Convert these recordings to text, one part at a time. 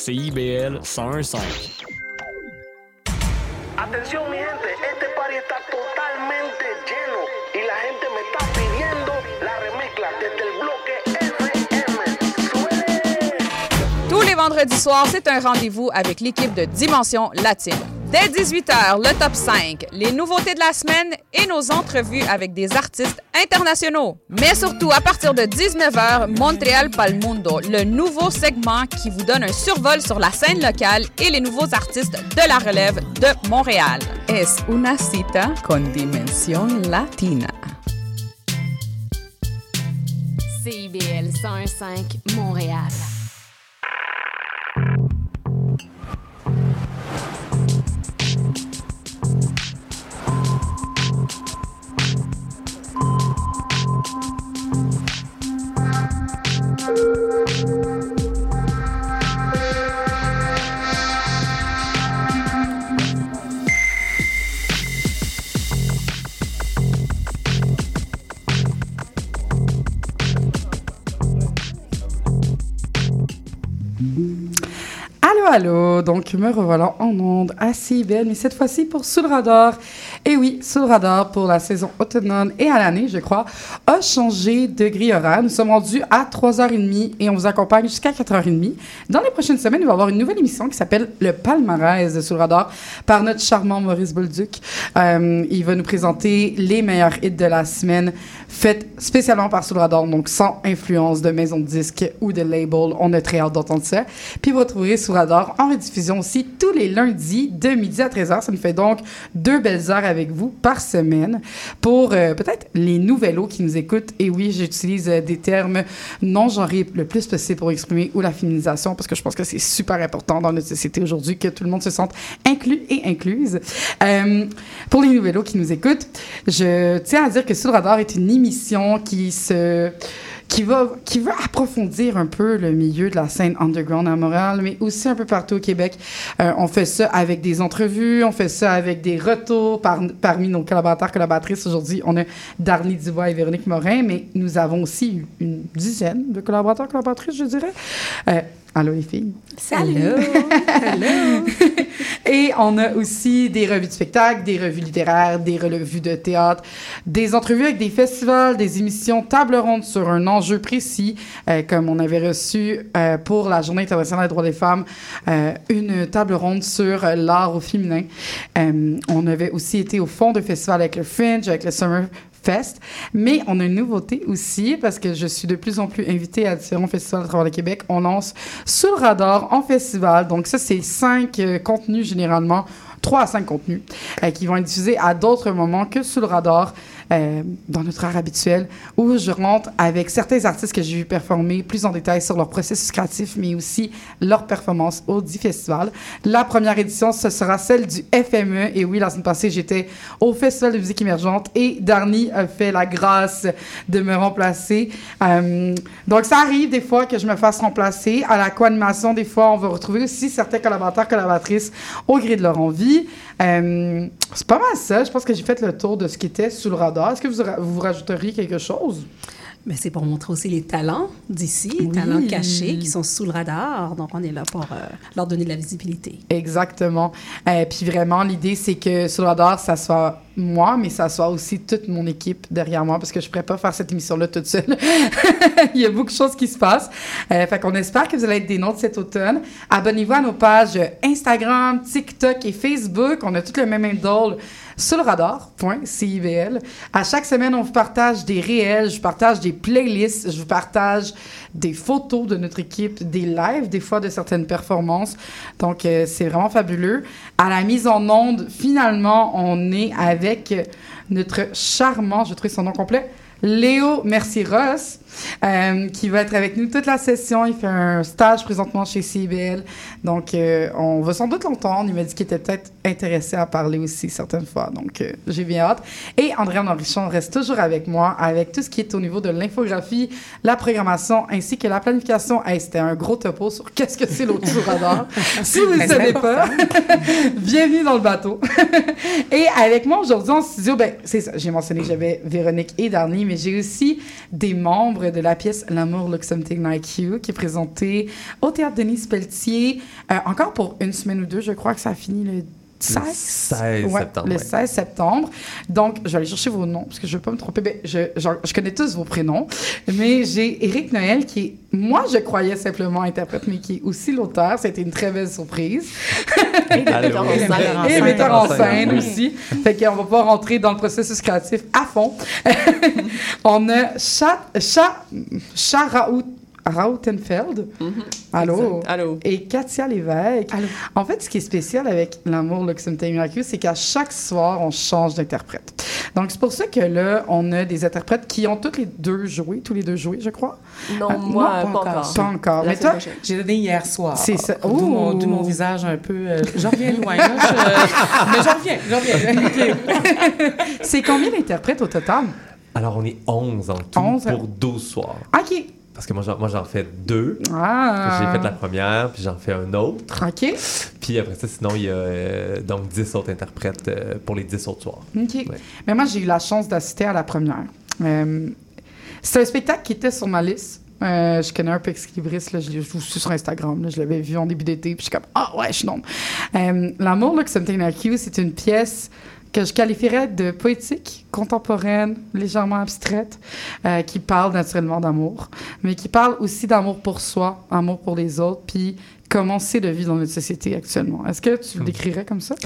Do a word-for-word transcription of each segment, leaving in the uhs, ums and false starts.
C I B L cent un virgule cinq. Atención mi gente, este party está totalmente lleno y la gente me está pidiendo la remezcla desde el bloque F M. ¡Suele! Tous les vendredis soirs, c'est un rendez-vous avec l'équipe de Dimension Latine. Dès dix-huit heures, le top cinq, les nouveautés de la semaine et nos entrevues avec des artistes internationaux. Mais surtout, à partir de dix-neuf heures, Montréal Pal Mundo, le nouveau segment qui vous donne un survol sur la scène locale et les nouveaux artistes de la relève de Montréal. Es una cita con Dimension Latina. C I B L cent un virgule cinq, Montréal. Allô, donc me revoilà en ondes à C I B L, mais cette fois-ci pour Sous le radar. Et oui, Sous le radar pour la saison automnale et à l'année, je crois, a changé de grille horaire. Nous sommes rendus à trois heures trente et on vous accompagne jusqu'à quatre heures trente. Dans les prochaines semaines, il va y avoir une nouvelle émission qui s'appelle Le Palmarès de Sous le radar par notre charmant Maurice Bolduc. Euh, il va nous présenter les meilleurs hits de la semaine faites spécialement par Sous le radar, donc sans influence de maison de disques ou de label. On a très hâte d'entendre ça. Puis vous retrouverez Sous le radar en rediffusion aussi tous les lundis de midi à treize heures. Ça nous fait donc deux belles heures avec vous par semaine pour euh, peut-être les nouvellos qui nous écoutent. Et oui, j'utilise euh, des termes non genrés le plus possible pour exprimer ou la féminisation parce que je pense que c'est super important dans notre société aujourd'hui que tout le monde se sente inclus et incluse. Euh, pour les nouvellos qui nous écoutent, je tiens à dire que Sous le radar est une émission qui se... qui va qui veut approfondir un peu le milieu de la scène underground à Montréal, mais aussi un peu partout au Québec. Euh, on fait ça avec des entrevues, on fait ça avec des retours par, parmi nos collaborateurs, collaboratrices. Aujourd'hui, on a Darly Dubois et Véronique Morin, mais nous avons aussi une dizaine de collaborateurs, collaboratrices, je dirais. Euh, Allô les filles. Salut. Hello. Et on a aussi des revues de spectacle, des revues littéraires, des revues de théâtre, des entrevues avec des festivals, des émissions table ronde sur un enjeu précis, euh, comme on avait reçu euh, pour la Journée internationale des droits des femmes, euh, une table ronde sur euh, l'art au féminin. Euh, on avait aussi été au fond de festival avec le Fringe, avec le Summer Fest. Mais on a une nouveauté aussi, parce que je suis de plus en plus invitée à différents festivals à travers le Québec. On lance Sous le radar en festival. Donc ça, c'est cinq euh, contenus généralement, trois à cinq contenus, euh, qui vont être diffusés à d'autres moments que Sous le radar, euh, dans notre heure habituelle, où je rentre avec certains artistes que j'ai vu performer plus en détail sur leur processus créatif, mais aussi leur performance au dix festivals. La première édition, ce sera celle du F M E. Et oui, la semaine passée, j'étais au Festival de musique émergente et Darly a fait la grâce de me remplacer. Euh, donc, ça arrive des fois que je me fasse remplacer. À la co-animation, des fois, on va retrouver aussi certains collaborateurs, collaboratrices au gré de leur envie. Euh, c'est pas mal ça. Je pense que j'ai fait le tour de ce qui était Sous le radar. Est-ce que vous, vous rajouteriez quelque chose? Mais c'est pour montrer aussi les talents d'ici, les oui. talents cachés qui sont sous le radar. Donc, on est là pour euh, leur donner de la visibilité. Exactement. Euh, puis vraiment, l'idée, c'est que Sous le radar, ça soit moi, mais ça soit aussi toute mon équipe derrière moi, parce que je ne pourrais pas faire cette émission-là toute seule. Il y a beaucoup de choses qui se passent. Euh, fait qu'on espère que vous allez être des nôtres cet automne. Abonnez-vous à nos pages Instagram, TikTok et Facebook. On a tout le même handle. Sous le radar point C I B L. À chaque semaine, on vous partage des réels, je vous partage des playlists, je vous partage des photos de notre équipe, des lives, des fois de certaines performances. Donc, euh, c'est vraiment fabuleux. À la mise en onde, finalement, on est avec notre charmant, je vais trouver son nom complet, Léo Mercier-Ross, euh, qui va être avec nous toute la session. Il fait un stage présentement chez C I B L. Donc, euh, on va sans doute l'entendre. Il m'a dit qu'il était peut-être intéressé à parler aussi certaines fois. Donc, euh, j'ai bien hâte. Et Andréane Henrichon reste toujours avec moi, avec tout ce qui est au niveau de l'infographie, la programmation, ainsi que la planification. Hey, c'était un gros topo sur qu'est-ce que c'est l'autre jour radar. Si vous ne savez pas, bienvenue dans le bateau. Et avec moi aujourd'hui en studio, ben, c'est ça. J'ai mentionné que j'avais Véronique et Darly, mais j'ai aussi des membres de la pièce L'amour looks something like you qui est présentée au Théâtre Denise Pelletier, euh, encore pour une semaine ou deux, je crois que ça a fini le seize, seize ouais, septembre. Le ouais. seize septembre. Donc, je vais aller chercher vos noms parce que je ne veux pas me tromper. Ben, je, genre, je connais tous vos prénoms, mais j'ai Éric Noël qui est, moi, je croyais simplement interprète, mais qui est aussi l'auteur. C'était une très belle surprise. Et le metteur en oui. scène. Et metteur en scène Oui. aussi. Fait qu'on va pas rentrer dans le processus créatif à fond. On a Chat, Chat, Chat Raoult, Rautenfeld. Allô? Exact. Allô? Et Katia Lévesque. Allô? En fait, ce qui est spécial avec L'amour looks something like you, c'est qu'à chaque soir, on change d'interprète. Donc, c'est pour ça que là, on a des interprètes qui ont tous les deux joué, tous les deux joué, je crois. Non, Ah, moi, non, pas encore. Pas encore. La Mais semaine toi, prochaine. J'ai donné hier soir. C'est ça. D'où mon, Ouh. d'où mon visage un peu... euh, j'en reviens loin, là. Je- mais j'en reviens, j'en reviens. OK. c'est combien d'interprètes au total? Alors, on est onze en tout onze. pour douze soirs. OK. Parce que moi, j'en, moi, j'en fais deux. Ah. J'ai fait la première, puis j'en fais un autre. OK. Puis après ça, sinon, il y a euh, donc dix autres interprètes euh, pour les dix autres soirs. OK. Ouais. Mais moi, j'ai eu la chance d'assister à la première. Euh, c'est un spectacle qui était sur ma liste. Euh, je connais un peu Ex-Libris, là, je, je vous suis sur Instagram, là, je l'avais vu en début d'été, puis je suis comme « Ah ouais, je suis non. Euh, L'amour looks something like you, c'est une pièce que je qualifierais de poétique, contemporaine, légèrement abstraite, euh, qui parle naturellement d'amour, mais qui parle aussi d'amour pour soi, amour pour les autres, puis comment c'est de vivre dans notre société actuellement. Est-ce que tu le décrirais comme ça?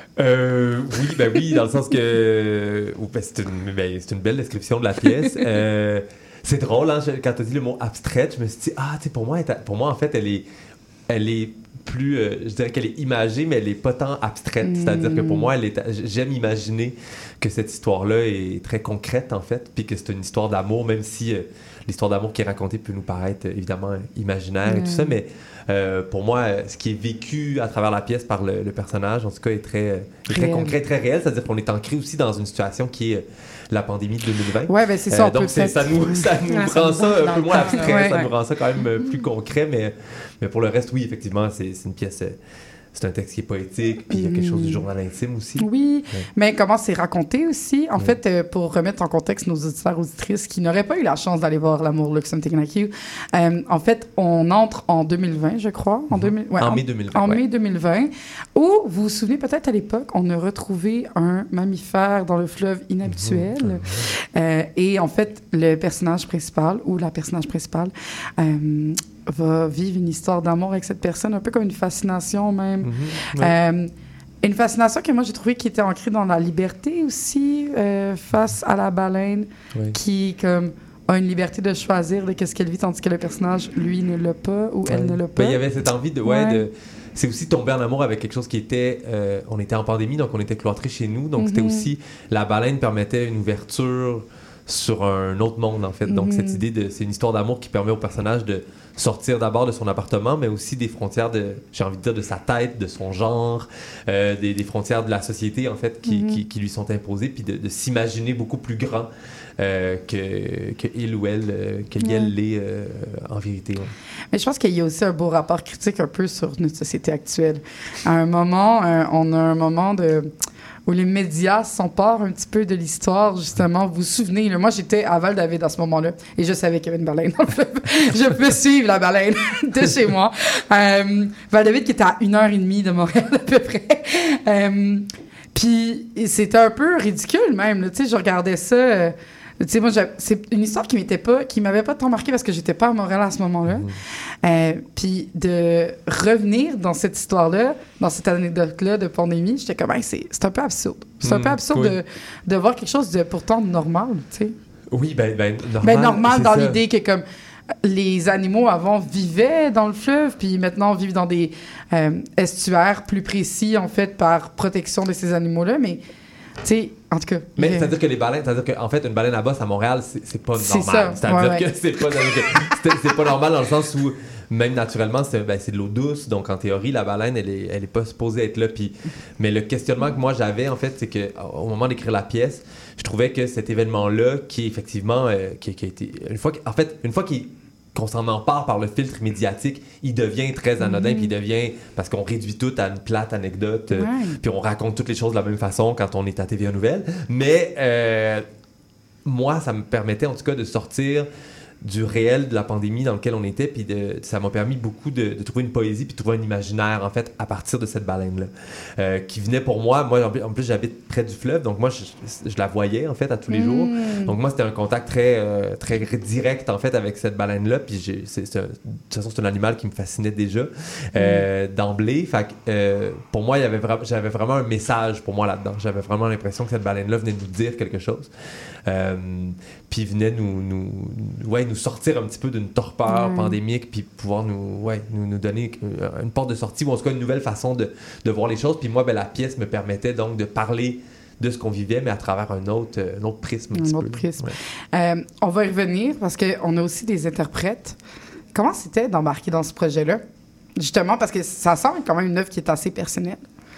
Euh, oui, ben oui, dans le sens que oh, ben, c'est, une, ben, c'est une belle description de la pièce. Euh, c'est drôle, hein, je- quand tu as dit le mot abstraite, je me suis dit, ah, tu sais, pour moi, elle est- pour moi, en fait, elle est, elle est plus, euh, je dirais qu'elle est imagée, mais elle est pas tant abstraite. Mm. C'est-à-dire que pour moi, elle est, j'aime imaginer que cette histoire-là est très concrète, en fait, puis que c'est une histoire d'amour, même si euh, l'histoire d'amour qui est racontée peut nous paraître, euh, évidemment, imaginaire et Mm. tout ça, mais euh, pour moi, euh, ce qui est vécu à travers la pièce par le, le personnage, en tout cas, est très, euh, est très Réel. concret, très réel. C'est-à-dire qu'on est ancré aussi dans une situation qui est euh, la pandémie de deux mille vingt. Ouais, ben c'est ça, Euh, on peut donc, c'est- peut-être... ça nous, ça nous Ah, ça rend nous ça rentre un dans peu le moins temps, abstrait, ouais. ça nous rend ça quand même euh, plus concret, mais, mais pour le reste, oui, effectivement, c'est, c'est une pièce, euh, c'est un texte qui est poétique, puis il y a quelque chose du journal intime aussi. Oui, Ouais. mais comment c'est raconté aussi. En Ouais. fait, euh, pour remettre en contexte nos auditeurs auditrices qui n'auraient pas eu la chance d'aller voir L'amour looks something like you, euh, en fait, on entre en deux mille vingt, je crois. En, deux mille ouais, En mai deux mille vingt, En ouais. mai deux mille vingt, où, vous vous souvenez peut-être à l'époque, on a retrouvé un mammifère dans le fleuve inhabituel. Euh, et en fait, le personnage principal, ou la personnage principale, euh, va vivre une histoire d'amour avec cette personne, un peu comme une fascination même. Mhm, ouais. Euh, une fascination que moi j'ai trouvé qui était ancrée dans la liberté aussi euh, face à la baleine Ouais. qui comme a une liberté de choisir de qu'est-ce qu'elle vit tandis que le personnage lui ne l'a pas ou elle Ouais. ne l'a Ben, pas. il y avait cette envie de, ouais, Ouais. de c'est aussi tomber en amour avec quelque chose qui était euh, on était en pandémie, donc on était cloîtrés chez nous, donc c'était Mhm. aussi la baleine permettait une ouverture sur un autre monde, en fait. Donc Mhm. cette idée de c'est une histoire d'amour qui permet au personnage de sortir d'abord de son appartement, mais aussi des frontières de, j'ai envie de dire, de sa tête, de son genre, euh, des, des frontières de la société, en fait, qui, Mhm. qui, qui lui sont imposées, puis de, de s'imaginer beaucoup plus grand euh, que, que il ou elle, euh, que Ouais. elle l'est euh, en vérité. Ouais. Mais je pense qu'il y a aussi un beau rapport critique un peu sur notre société actuelle. À un moment, euh, on a un moment de où les médias s'emparent un petit peu de l'histoire, justement. Vous vous souvenez, là, moi, j'étais à Val-David à ce moment-là, et je savais qu'il y avait une baleine dans le fleuve. Je peux suivre la baleine de chez moi. Euh, Val-David, qui était à une heure et demie de Montréal, à peu près. Euh, Puis c'était un peu ridicule, même. là. Tu sais, je regardais ça... euh, tu sais, moi, j'a- c'est une histoire qui m'était pas, qui m'avait pas tant marqué parce que j'étais pas à Montréal à ce moment-là. Euh, puis de revenir dans cette histoire-là, dans cette anecdote-là de pandémie, j'étais comme, hey, c'est, c'est un peu absurde. C'est un Mm, peu absurde oui. de, de voir quelque chose de pourtant normal, tu sais. Oui, ben, ben normal. Ben, normal c'est dans ça. l'idée que comme les animaux avant vivaient dans le fleuve, puis maintenant vivent dans des euh, estuaires plus précis, en fait, par protection de ces animaux-là, mais tu sais, en tout cas... Mais il y a- c'est-à-dire que les baleines, c'est-à-dire qu'en fait, une baleine à bosse à Montréal, c'est, c'est pas C'est normal. ça, C'est-à-dire ouais, que ouais. c'est pas, c'est-à-dire que c'est, c'est pas normal dans le sens où, même naturellement, c'est, ben, c'est de l'eau douce, donc en théorie, la baleine, elle est, elle est pas supposée être là. Puis, mais le questionnement que moi j'avais, en fait, c'est que au moment d'écrire la pièce, je trouvais que cet événement-là, qui effectivement, euh, qui, qui a été, une fois, qu'- en fait, une fois qu'il qu'on s'en empare par le filtre médiatique, il devient très anodin, puis il devient, parce qu'on réduit tout à une plate anecdote, euh, Ouais. puis on raconte toutes les choses de la même façon quand on est à T V A Nouvelles. Mais euh, moi, ça me permettait en tout cas de sortir du réel de la pandémie dans lequel on était, puis de, ça m'a permis beaucoup de, de trouver une poésie puis de trouver un imaginaire, en fait, à partir de cette baleine-là, euh, qui venait pour moi, moi, en plus, j'habite près du fleuve, donc moi, je, je la voyais, en fait, à tous les mmh. jours, donc moi, c'était un contact très, euh, très direct, en fait, avec cette baleine-là, puis j'ai, c'est, c'est un, de toute façon, c'est un animal qui me fascinait déjà, euh, mmh. d'emblée, fait que, euh, pour moi, il y avait vra- j'avais vraiment un message pour moi là-dedans, j'avais vraiment l'impression que cette baleine-là venait nous dire quelque chose, euh, puis venait nous, nous, ouais, nous sortir un petit peu d'une torpeur mmh. pandémique, puis pouvoir nous, ouais, nous, nous donner une porte de sortie, ou en tout cas une nouvelle façon de, de voir les choses. Puis moi, ben, la pièce me permettait donc de parler de ce qu'on vivait, mais à travers un autre, un autre prisme. Un, un autre peu. prisme. Ouais. Euh, on va y revenir, parce qu'on a aussi des interprètes. Comment c'était d'embarquer dans ce projet-là? Justement, parce que ça semble quand même une œuvre qui est assez personnelle.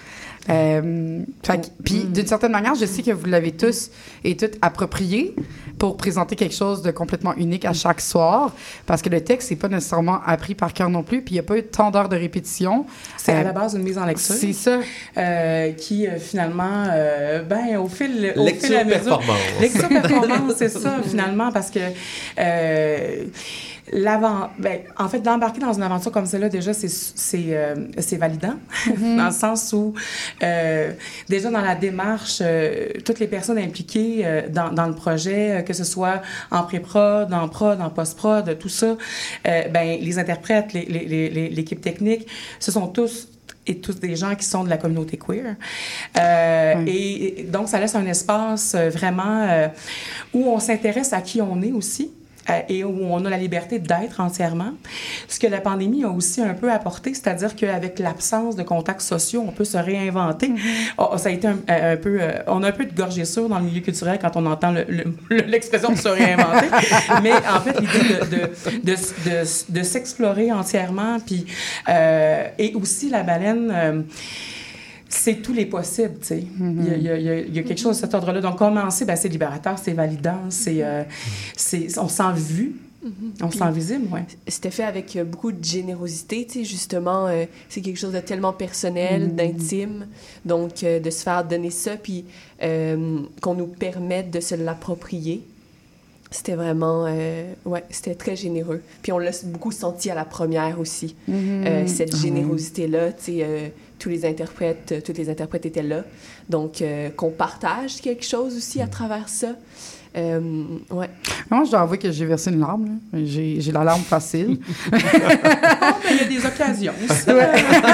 Euh, Puis, d'une certaine manière, je sais que vous l'avez tous et toutes approprié pour présenter quelque chose de complètement unique à chaque soir, parce que le texte n'est pas nécessairement appris par cœur non plus, puis il n'y a pas eu tant d'heures de répétition. C'est euh, à la base une mise en lecture. C'est ça. Euh, qui, euh, finalement, euh, ben, au fil, au lecture fil à mesure... performance. Lecture performance, c'est ça, finalement, parce que... Euh, L'avant, ben, en fait, d'embarquer dans une aventure comme celle-là, déjà, c'est, c'est, euh, c'est validant, mm-hmm. dans le sens où, euh, déjà, dans la démarche, euh, toutes les personnes impliquées euh, dans, dans le projet, euh, que ce soit en pré-prod, en prod, en post-prod, tout ça, euh, ben, les interprètes, les, les, les, l'équipe technique, ce sont tous et tous des gens qui sont de la communauté queer. Euh, mm. et, et donc, ça laisse un espace euh, vraiment euh, où on s'intéresse à qui on est aussi. Et où on a la liberté d'être entièrement. Ce que la pandémie a aussi un peu apporté, c'est-à-dire qu'avec l'absence de contacts sociaux, on peut se réinventer. Mm-hmm. Oh, ça a été un, un peu... On a un peu de gorgissure dans le milieu culturel quand on entend le, le, l'expression de se réinventer. Mais en fait, l'idée de, de, de, de, de s'explorer entièrement, puis... Euh, et aussi, la baleine... Euh, c'est tous les possibles, tu sais. Mm-hmm. Il, y a, il, y a, il y a quelque chose de cet ordre-là. Donc, commencer, ben, c'est libérateur, c'est validant, c'est, euh, c'est, on se sent vu, mm-hmm. on se sent visible, oui. C'était fait avec beaucoup de générosité, tu sais, justement. Euh, c'est quelque chose de tellement personnel, mm-hmm. d'intime. Donc, euh, de se faire donner ça, puis euh, qu'on nous permette de se l'approprier. C'était vraiment... Euh, ouais, c'était très généreux. Puis on l'a beaucoup senti à la première aussi. Mm-hmm. Euh, cette générosité-là, tu sais... Euh, tous les interprètes, toutes les interprètes étaient là. Donc, euh, qu'on partage quelque chose aussi à travers ça. Euh, ouais. Moi, je dois avouer que j'ai versé une larme. Là. J'ai, j'ai la larme facile. Oh, mais il y a des occasions. Ouais.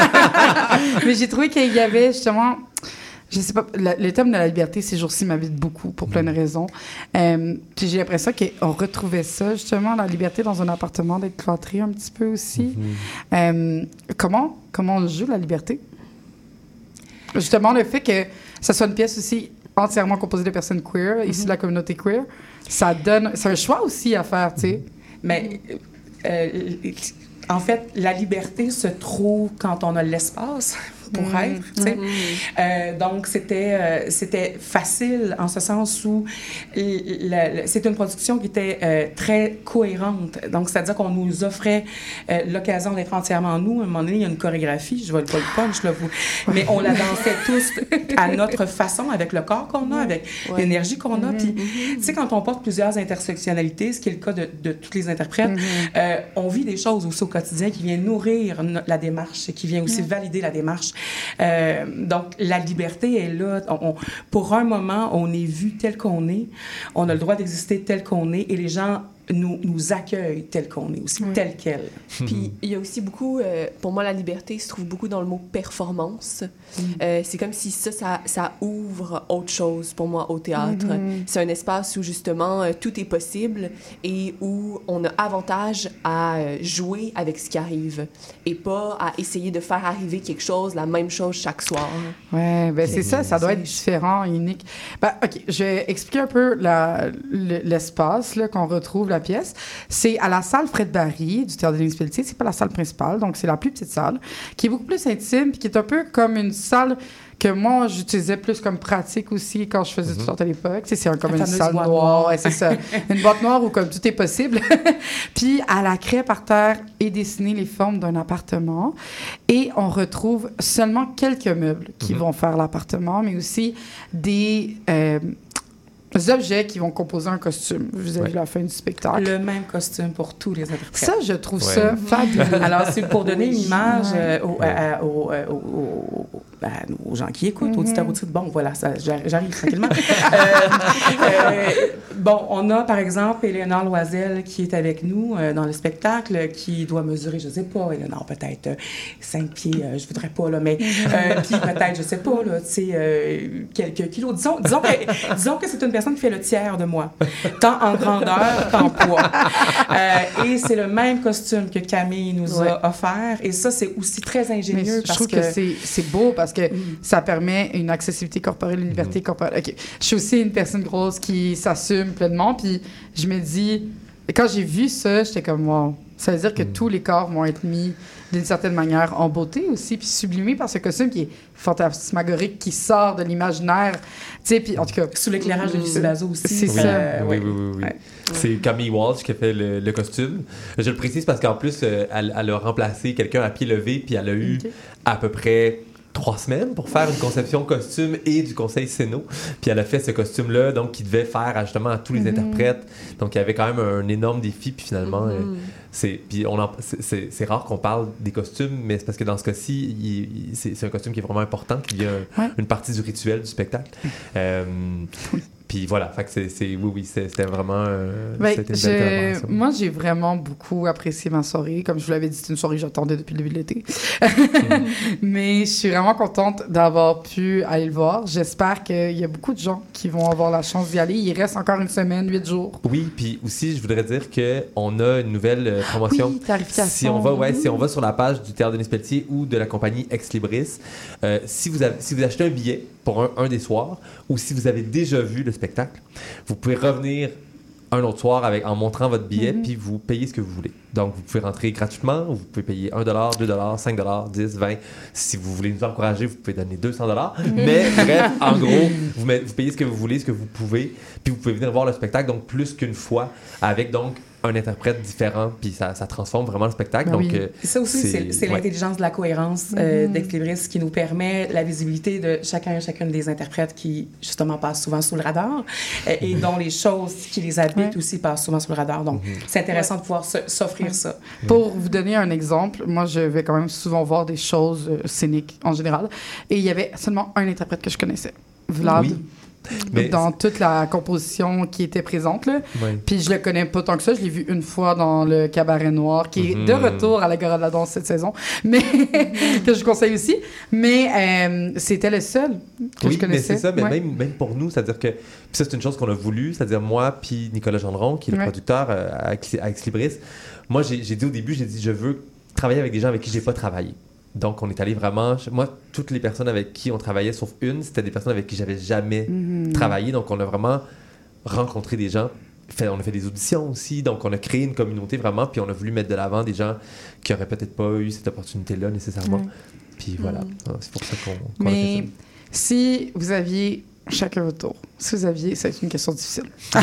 Mais j'ai trouvé qu'il y avait justement... Je sais pas, la, le thème de la liberté, ces jours-ci, m'habite beaucoup, pour plein de raisons. Euh, puis j'ai l'impression qu'on retrouvait ça, justement, la liberté dans un appartement, d'être cloîtré un petit peu aussi. Mm-hmm. Euh, comment, comment on joue la liberté? Justement, le fait que ça soit une pièce aussi entièrement composée de personnes queer, mm-hmm. issues de la communauté queer, ça donne... C'est un choix aussi à faire, tu sais. Mais... Euh, en fait, la liberté se trouve quand on a l'espace pour mmh. être, tu sais. Mmh. Euh, donc, c'était, euh, c'était facile en ce sens où c'était une production qui était euh, très cohérente. Donc, c'est-à-dire qu'on nous offrait euh, l'occasion d'être entièrement nous. À un moment donné, il y a une chorégraphie, je ne vais pas le punch, là, vous. Mais on la dansait tous à notre façon, avec le corps qu'on a, avec ouais. l'énergie qu'on a. Mmh. Puis, tu sais, quand on porte plusieurs intersectionnalités, ce qui est le cas de, de tous les interprètes, mmh. euh, on vit des choses aussi au quotidien qui viennent nourrir no- la démarche, qui viennent aussi mmh. valider la démarche. Euh, donc, la liberté est là. On, on, pour un moment, on est vu tel qu'on est. On a le droit d'exister tel qu'on est. Et les gens nous, nous accueillent tel qu'on est aussi, oui. tel quel. Puis, il y a aussi beaucoup... Euh, pour moi, la liberté se trouve beaucoup dans le mot « performance mm. ». Euh, c'est comme si ça, ça, ça ouvre autre chose pour moi au théâtre. Mm-hmm. C'est un espace où, justement, euh, tout est possible et où on a avantage à euh, jouer avec ce qui arrive et pas à essayer de faire arriver quelque chose, la même chose chaque soir. Oui, bien c'est, c'est ça, ça doit être différent, unique. Ben, OK, je vais expliquer un peu la, le, l'espace là, qu'on retrouve, la pièce. C'est à la salle Fred Barry du Théâtre de Denis-Pelletier. C'est pas la salle principale, donc c'est la plus petite salle, qui est beaucoup plus intime, puis qui est un peu comme une salle que moi, j'utilisais plus comme pratique aussi quand je faisais mm-hmm. du théâtre à l'époque. Tu sais, c'est un, comme la une salle noire. noire. Ouais, c'est ça. Une boîte noire où comme tout est possible. Puis, à la craie par terre est dessinées les formes d'un appartement. Et on retrouve seulement quelques meubles qui mm-hmm. vont faire l'appartement, mais aussi des... Euh, objets qui vont composer un costume vis-à-vis Ouais. de la fin du spectacle. Le même costume pour tous les interprètes. Ça, je trouve Ouais. ça fabuleux. Alors, c'est pour donner une image Ouais. euh, aux, à- aux, euh, aux- aux- à aux gens qui écoutent, auditeurs, auditrices. Bon, voilà, ça, j'arrive, j'arrive tranquillement. Euh, euh, bon, on a, par exemple, Éléonore Loisel qui est avec nous euh, dans le spectacle, qui doit mesurer, je sais pas, Éléonore, peut-être euh, cinq pieds, euh, je voudrais pas, là, mais euh, puis peut-être, je sais pas, là, tu sais, euh, quelques kilos. Disons, disons, que, disons que c'est une personne qui fait le tiers de moi, tant en grandeur qu'en poids. Euh, et c'est le même costume que Camille nous Ouais. a offert. Et ça, c'est aussi très Mais ingénieux je parce trouve que, c'est, c'est beau parce que ça permet une accessibilité corporelle, une liberté corporelle. OK. Je suis aussi une personne grosse qui s'assume pleinement, puis je me dis... Quand j'ai vu ça, j'étais comme, wow. Ça veut dire que tous les corps vont être mis d'une certaine manière en beauté aussi, puis sublimés par ce costume qui est fantasmagorique, qui sort de l'imaginaire. Tu sais, puis en tout cas... Sous l'éclairage de Lucie Lazo aussi. C'est ça. Euh, Oui, ouais. oui, oui, oui. Ouais. C'est Camille Walsh qui a fait le, le costume. Je le précise parce qu'en plus, euh, elle, elle a remplacé quelqu'un à pied levé, puis elle a eu Ok. à peu près trois semaines pour faire une conception costume et du conseil Céno. Puis elle a fait ce costume-là, donc qui devait faire à, justement à tous les interprètes. Donc il y avait quand même un, énorme défi, puis finalement... euh, c'est, puis on en- c'est, c'est, c'est rare qu'on parle des costumes, mais c'est parce que dans ce cas-ci, il- il- c'est, c'est un costume qui est vraiment important, qui devient un- Ouais. une partie du rituel du spectacle. Euh, puis voilà, fait que c'est, c'est, oui, oui, c'est- c'était vraiment euh, Ben, c'était une je- belle collaboration. moi, j'ai vraiment beaucoup apprécié ma soirée. Comme je vous l'avais dit, c'est une soirée que j'attendais depuis le début de l'été. Mais je suis vraiment contente d'avoir pu aller le voir. J'espère qu'il y a beaucoup de gens qui vont avoir la chance d'y aller. Il reste encore une semaine, huit jours. Oui, puis aussi, je voudrais dire qu'on a une nouvelle euh, promotion. Oui, tarification. Si on va, ouais, si on va sur la page du Théâtre Denis Pelletier ou de la compagnie Ex Libris, euh, si, vous avez, si vous achetez un billet pour un, un des soirs, ou si vous avez déjà vu le spectacle, vous pouvez revenir un autre soir avec, en montrant votre billet, Mhm. puis vous payez ce que vous voulez. Donc, vous pouvez rentrer gratuitement, ou vous pouvez payer un dollar, deux dollars, cinq dollars, dix, vingt. Si vous voulez nous encourager, vous pouvez donner deux cents dollars. Mais bref, en gros, vous, met- vous payez ce que vous voulez, ce que vous pouvez, puis vous pouvez venir voir le spectacle, donc plus qu'une fois, avec donc un interprète différent, puis ça, ça transforme vraiment le spectacle. Ben donc, oui. euh, Et ça aussi, c'est, c'est ouais. l'intelligence de la cohérence euh, d'Ex Libris qui nous permet la visibilité de chacun et chacune des interprètes qui, justement, passent souvent sous le radar euh, et dont les choses qui les habitent Ouais. aussi passent souvent sous le radar. Donc, c'est intéressant de pouvoir se- s'offrir ça. Pour vous donner un exemple, moi, je vais quand même souvent voir des choses euh, scéniques en général. Et il y avait seulement un interprète que je connaissais, Vlad. Oui. Mais dans toute la composition qui était présente, là. ouais. Puis je le connais pas tant que ça. Je l'ai vu une fois dans le Cabaret Noir, qui est Mhm. de retour à l'Agora de la danse cette saison, mais que je conseille aussi. Mais euh, c'était le seul que Oui, je connaissais. mais c'est ça, mais Ouais. même, même pour nous, c'est-à-dire que... Puis ça, c'est une chose qu'on a voulu, c'est-à-dire moi puis Nicolas Gendron, qui est le Ouais. producteur euh, à Ex à Ex Libris. Moi, j'ai j'ai dit au début, j'ai dit, je veux travailler avec des gens avec qui j'ai pas travaillé. Donc, on est allé vraiment... Moi, toutes les personnes avec qui on travaillait, sauf une, c'était des personnes avec qui j'avais jamais Mhm. travaillé. Donc, on a vraiment rencontré des gens. Fait, on a fait des auditions aussi. Donc, on a créé une communauté vraiment. Puis, on a voulu mettre de l'avant des gens qui auraient peut-être pas eu cette opportunité-là nécessairement. Ouais. Puis voilà. Ah, c'est pour ça qu'on qu'on a fait Mais ça. si vous aviez, chacun votre tour, si vous aviez, c'est une question difficile.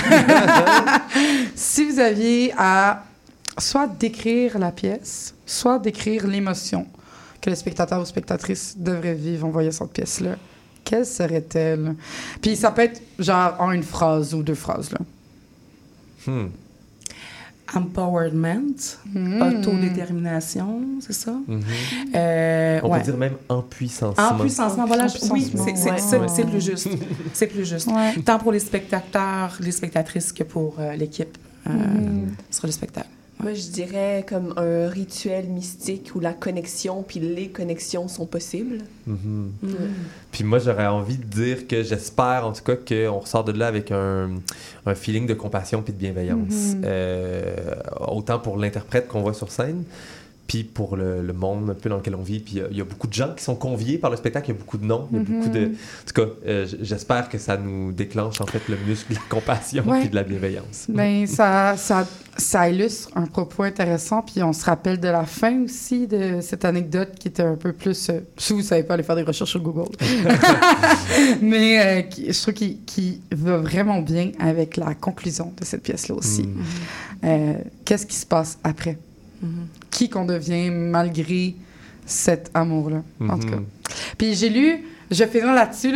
Si vous aviez à soit décrire la pièce, soit décrire l'émotion que le spectateur ou spectatrice devrait vivre en voyant cette pièce-là, quelle serait-elle? Puis ça peut être genre en une phrase ou deux phrases, là. Hmm. Empowerment, Mm. autodétermination, c'est ça? Mhm. Euh, On ouais. peut dire même empuissancement. Empuissancement, voilà. je- Oui, Empuissancement, c'est, c'est, ouais. c'est- Ouais. c'est plus juste. C'est plus juste. Ouais. Tant pour les spectateurs, les spectatrices que pour euh, l'équipe euh, Mm. sur le spectacle. Moi, je dirais comme un rituel mystique où la connexion puis les connexions sont possibles. Mhm. Puis moi, j'aurais envie de dire que j'espère, en tout cas, qu'on ressort de là avec un, un feeling de compassion puis de bienveillance. Mhm. Euh, autant pour l'interprète qu'on voit sur scène, puis pour le, le monde un peu dans lequel on vit. Puis il y a- il y, a beaucoup de gens qui sont conviés par le spectacle, il y a beaucoup de noms, il y a beaucoup de... En tout cas, euh, j- j'espère que ça nous déclenche, en fait, le muscle de la compassion Ouais. puis de la bienveillance. Ben, ça, ça, ça illustre un propos intéressant, puis on se rappelle de la fin aussi de cette anecdote qui était un peu plus... euh, si vous ne savez pas, aller faire des recherches sur Google. Mais euh, qui- je trouve qu'il qu'il va vraiment bien avec la conclusion de cette pièce-là aussi. Mm. Euh, Qu'est-ce qui se passe après? Qui qu'on devient malgré cet amour-là, en tout cas. Mhm. Puis j'ai lu, je vais finir là-dessus, là,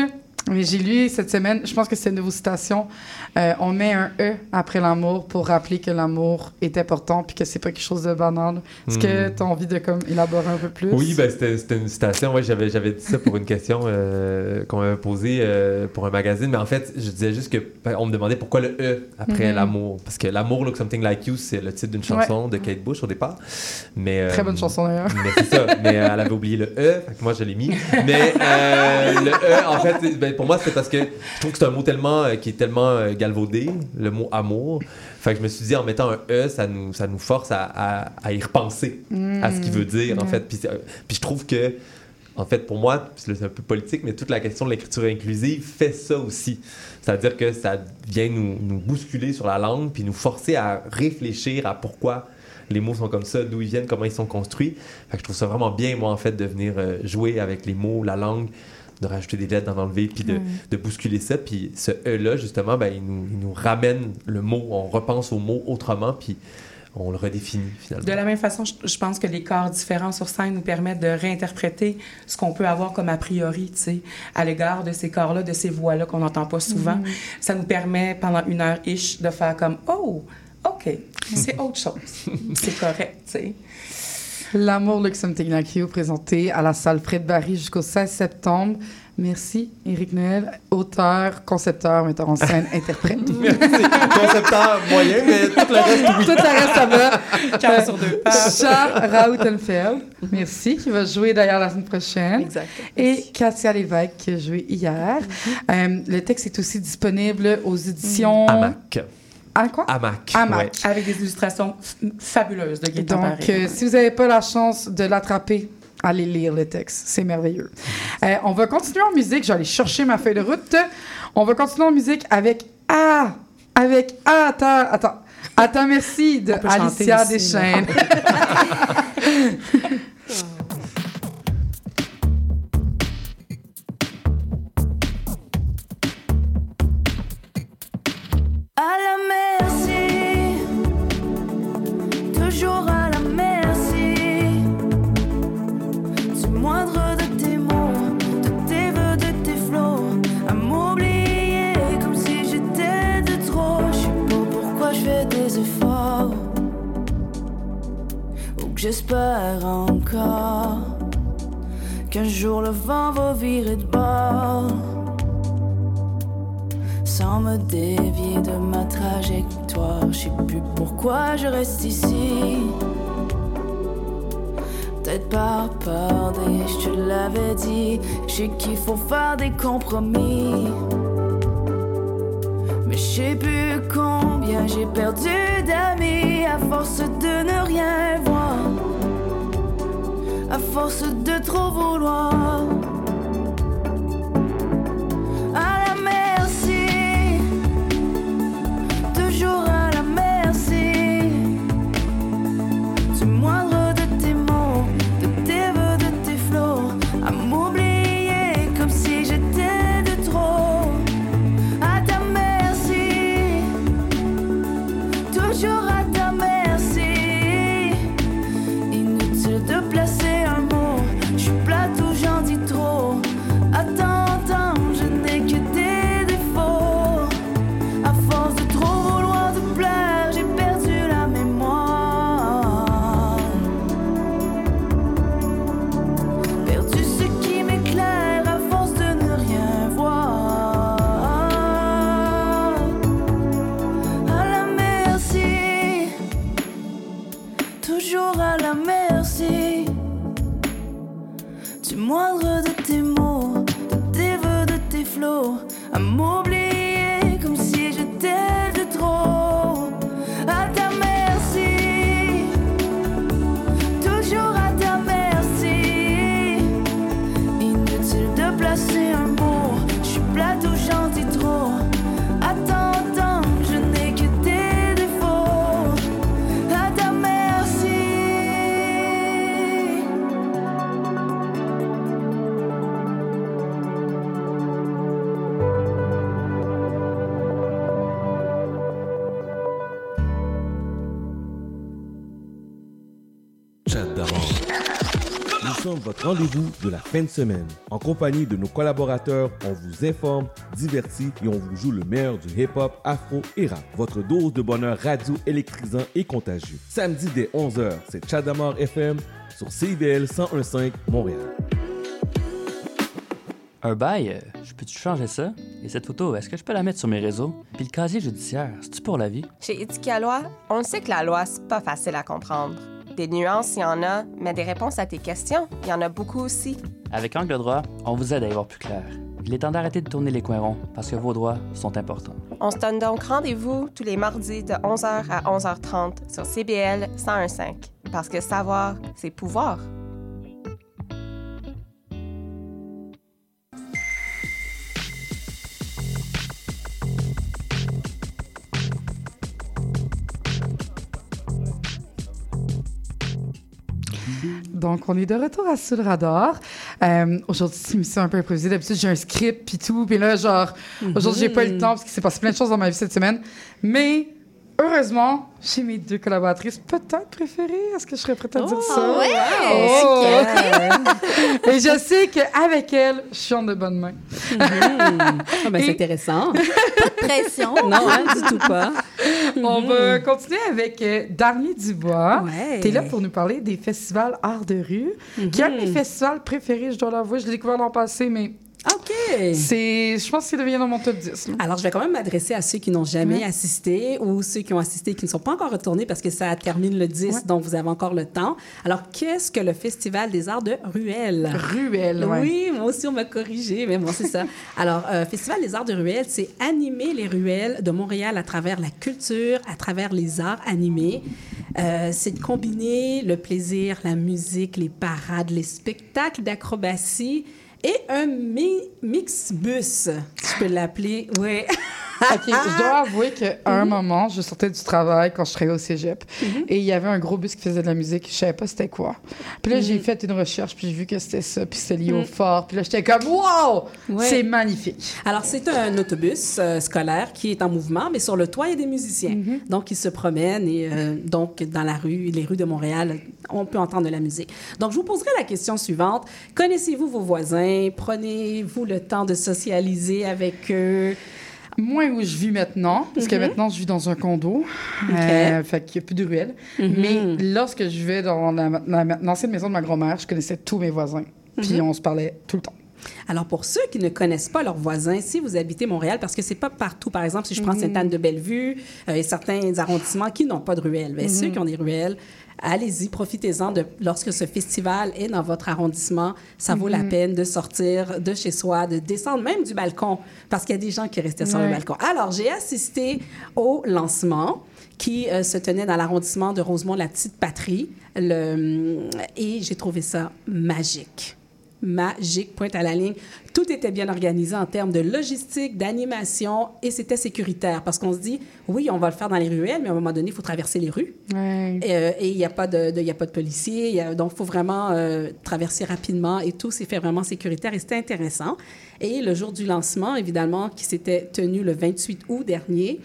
Mais j'ai lu cette semaine, je pense que c'est une nouveau citation, euh, on met un E après l'amour pour rappeler que l'amour est important puis que c'est pas quelque chose de banal. Est-ce Hmm. que tu as envie de comme, élaborer un peu plus? Oui, ben, c'était, c'était une citation. Ouais, j'avais, j'avais dit ça pour une question euh, qu'on m'avait posée euh, pour un magazine. Mais en fait, je disais juste que ben, on me demandait pourquoi le E après Mhm. l'amour. Parce que L'amour Look Something Like You, c'est le titre d'une chanson Ouais. de Kate Bush au départ. Mais, euh, Très bonne chanson d'ailleurs. Mais c'est ça. Mais euh, elle avait oublié le E, fait que moi je l'ai mis. Mais euh, le E, en fait, ben, pour moi, c'est parce que je trouve que c'est un mot tellement euh, qui est tellement euh, galvaudé, le mot amour. Fait que je me suis dit, en mettant un E, ça nous, ça nous force à, à, à y repenser Mm. à ce qu'il veut dire, en Mm. fait. Puis, euh, puis je trouve que, en fait, pour moi, c'est un peu politique, mais toute la question de l'écriture inclusive fait ça aussi. C'est-à-dire que ça vient nous, nous bousculer sur la langue, puis nous forcer à réfléchir à pourquoi les mots sont comme ça, d'où ils viennent, comment ils sont construits. Fait que je trouve ça vraiment bien, moi, en fait, de venir euh, jouer avec les mots, la langue, de rajouter des lettres, d'en enlever, puis de, Mm. de bousculer ça. Puis ce E-là, justement, ben, il, nous, il nous ramène le mot, on repense au mot autrement, puis on le redéfinit, finalement. De la même façon, je, je pense que les corps différents sur scène nous permettent de réinterpréter ce qu'on peut avoir comme a priori, tu sais, à l'égard de ces corps-là, de ces voix-là qu'on n'entend pas souvent. Mhm. Ça nous permet, pendant une heure-ish, de faire comme « Oh, OK, c'est autre chose. C'est correct, tu sais. » L'amour Look Something Like You, présenté à la salle Fred Barry jusqu'au seize septembre. Merci, Éric Noël, auteur, concepteur, metteur en scène, interprète. Merci. Concepteur moyen, mais tout le reste, oui. Tout le reste, ça va. Quinze sur deux pages. Charles Rautenfeld, merci, qui va jouer d'ailleurs la semaine prochaine. Exact. Et Katia Lévesque, qui a joué hier. Euh, le texte est aussi disponible aux éditions... Hamac. Ah, quoi? Hamac. Hamac. Ouais. Avec des illustrations f- fabuleuses de Gaëtan Donc, Paré. euh, si vous n'avez pas la chance de l'attraper, allez lire le texte. C'est merveilleux. Euh, on va continuer en musique. Je vais aller chercher ma feuille de route. On va continuer en musique avec Ah! Avec Ah! Attends, attends. Attends, merci de On peut chanter Alicia ici, Deschênes. À la merci, toujours à la merci, du moindre de tes mots, de tes vœux, de tes flots, à m'oublier comme si j'étais de trop. Je sais pas pourquoi je fais des efforts, ou que j'espère encore qu'un jour le vent va virer de bord, sans me dévier de ma trajectoire. Je sais plus pourquoi je reste ici. Peut-être par peur des, je te l'avais dit. Je sais qu'il faut faire des compromis, mais je sais plus combien j'ai perdu d'amis à force de ne rien voir, à force de trop vouloir. À la merci, toujours à la merci, du moindre de tes mots, de tes vœux, de tes flots, à m'oublier comme si j'étais de trop. À ta merci, toujours à ta merci. Inutile de placer un mot, je suis plate ou j'en dis trop. Attends, attends, je n'ai que des défauts. À force de trop vouloir te plaire, j'ai perdu la mémoire. Perdu ce qui m'éclaire à force de ne rien voir. À la merci, toujours à la merci, du moindre de tes mots, de tes vœux, de tes flots, à m'oublier comme si j'étais de trop. À ta merci, toujours à ta merci. Inutile de placer un mot, je suis plate ou j'en dis trop. Attends, attends, je n'ai que des défauts. À ta merci. sommes votre rendez-vous de la fin de semaine. En compagnie de nos collaborateurs, on vous informe, divertit et on vous joue le meilleur du hip-hop, afro et rap. Votre dose de bonheur radio électrisant et contagieux. Samedi dès onze heures, c'est Chadamar F M sur C I B L cent un virgule cinq Montréal. Un bail, euh, je peux-tu changer ça? Et cette photo, est-ce que je peux la mettre sur mes réseaux? Puis le casier judiciaire, c'est-tu pour la vie? Chez Éthique à loi, on le sait que la loi, c'est pas facile à comprendre. Des nuances, il y en a, mais des réponses à tes questions, il y en a beaucoup aussi. Avec Angle droit, on vous aide à y voir plus clair. Il est temps d'arrêter de tourner les coins ronds, parce que vos droits sont importants. On se donne donc rendez-vous tous les mardis de onze heures à onze heures trente sur C B L cent un virgule cinq. Parce que savoir, c'est pouvoir. Donc, on est de retour à Sous le radar. Euh, aujourd'hui, c'est une émission un peu improvisée. D'habitude, j'ai un script puis tout. Puis là, genre, mm-hmm. aujourd'hui, j'ai pas eu le temps parce qu'il s'est passé plein de choses dans ma vie cette semaine. Mais, heureusement, j'ai mes deux collaboratrices peut-être préférées. Est-ce que je serais prête à dire oh, ça? Ouais! Oh, okay. Et je sais qu'avec elles, je suis en de bonnes mains. Mm-hmm. Ah ben, Et... c'est intéressant. Pas de pression. Non, hein, du tout pas. On va continuer avec euh, Darly Dubois. Ouais. Tu es là pour nous parler des festivals art de rue, Mm-hmm. qui est un de mes festivals préférés, je dois l'avouer. Je l'ai découvert l'an passé, mais OK. c'est, je pense qu'il devient dans mon top dix. Là. Alors, je vais quand même m'adresser à ceux qui n'ont jamais Ouais. assisté ou ceux qui ont assisté et qui ne sont pas encore retournés parce que ça termine le dix, Ouais. donc vous avez encore le temps. Alors, qu'est-ce que le Festival des arts de Ruelle? Ruelle, ouais. Oui, moi aussi, on m'a corrigé, mais bon, c'est ça. Alors, euh, Festival des arts de Ruelle, c'est animer les ruelles de Montréal à travers la culture, à travers les arts animés. Euh, c'est de combiner le plaisir, la musique, les parades, les spectacles d'acrobatie et un mi- mix-bus, je peux l'appeler, oui. OK, je dois avouer qu'à un mm-hmm. moment, je sortais du travail quand je travaillais au cégep mm-hmm. et il y avait un gros bus qui faisait de la musique. Je savais pas c'était quoi. Puis là, mm-hmm. j'ai fait une recherche, puis j'ai vu que c'était ça, puis c'était lié mm-hmm. au fort. Puis là, j'étais comme « Wow! Ouais. C'est magnifique! » Alors, c'est un autobus euh, scolaire qui est en mouvement, mais sur le toit, il y a des musiciens. Mm-hmm. Donc, ils se promènent et euh, donc, dans la rue, les rues de Montréal, on peut entendre de la musique. Donc, je vous poserai la question suivante. Connaissez-vous vos voisins? Prenez-vous le temps de socialiser avec eux? Moins où je vis maintenant, parce mm-hmm. que maintenant, je vis dans un condo. Okay. Euh, fait qu'il n'y a plus de ruelles. Mm-hmm. Mais lorsque je vivais dans la, la, l'ancienne maison de ma grand-mère, je connaissais tous mes voisins. Puis mm-hmm. on se parlait tout le temps. Alors, pour ceux qui ne connaissent pas leurs voisins, si vous habitez Montréal, parce que c'est pas partout, par exemple, si je prends mm-hmm. Sainte-Anne-de-Bellevue euh, et certains arrondissements qui n'ont pas de ruelles, bien, mm-hmm. ceux qui ont des ruelles, allez-y, profitez-en de lorsque ce festival est dans votre arrondissement. Ça vaut mm-hmm. la peine de sortir de chez soi, de descendre même du balcon, parce qu'il y a des gens qui restaient sur ouais. le balcon. Alors, j'ai assisté au lancement qui euh, se tenait dans l'arrondissement de Rosemont-la-Petite-Patrie, le, et j'ai trouvé ça magique. Magique, pointe à la ligne. Tout était bien organisé en termes de logistique, d'animation, et c'était sécuritaire parce qu'on se dit, oui, on va le faire dans les ruelles, mais à un moment donné, il faut traverser les rues. Ouais. Et il n'y a pas de, de, y a pas de policiers, y a, donc il faut vraiment euh, traverser rapidement et tout s'est fait vraiment sécuritaire et c'était intéressant. Et le jour du lancement, évidemment, qui s'était tenu le vingt-huit août dernier,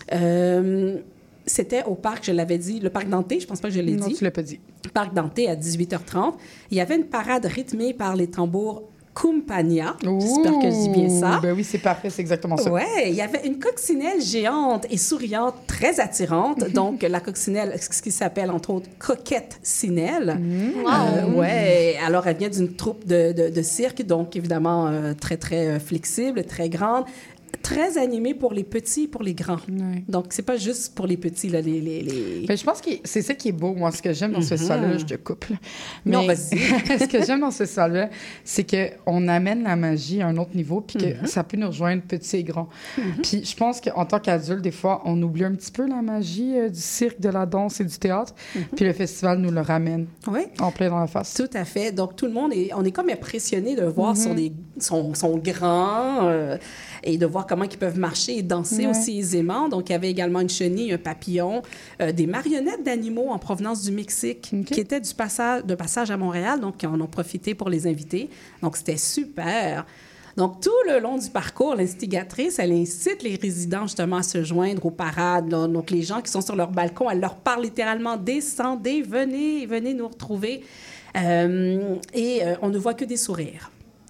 euh, c'était au parc, je l'avais dit, le parc Dante, je pense pas que je l'ai non, dit. Non, tu l'as pas dit. Parc Dante à dix-huit heures trente. Il y avait une parade rythmée par les tambours Kumpania. J'espère que je dis bien ça. Ben oui, c'est parfait, c'est exactement ça. Oui, il y avait une coccinelle géante et souriante, très attirante. Donc, la coccinelle, ce qui s'appelle, entre autres, Coquette Cinelle. Mmh. Wow. Euh, oui, alors elle vient d'une troupe de, de, de cirque, donc évidemment euh, très, très euh, flexible, très grande. Très animé pour les petits et pour les grands. Ouais. Donc, c'est pas juste pour les petits, là, les... les, les... Mais je pense que c'est ça qui est beau, moi, ce que j'aime dans mm-hmm. ce festival-là, je te coupe. Là. Mais non, vas-y. Ce que j'aime dans ce festival-là, c'est qu'on amène la magie à un autre niveau, puis que mm-hmm. ça peut nous rejoindre petits et grands. Mm-hmm. Puis je pense qu'en tant qu'adulte, des fois, on oublie un petit peu la magie euh, du cirque, de la danse et du théâtre, mm-hmm. puis le festival nous le ramène oui. en plein dans la face. Tout à fait. Donc, tout le monde, est, on est comme impressionné de voir mm-hmm. sur des, son, son grand... Euh, et de voir comment ils peuvent marcher et danser ouais. aussi aisément. Donc, il y avait également une chenille, un papillon, euh, des marionnettes d'animaux en provenance du Mexique okay. qui étaient du passage, de passage à Montréal, donc qui en ont profité pour les inviter. Donc, c'était super. Donc, tout le long du parcours, l'instigatrice, elle incite les résidents justement à se joindre aux parades. Là. Donc, les gens qui sont sur leur balcon, elle leur parle littéralement « Descendez, venez, venez nous retrouver ». Euh, et euh, on ne voit que des sourires.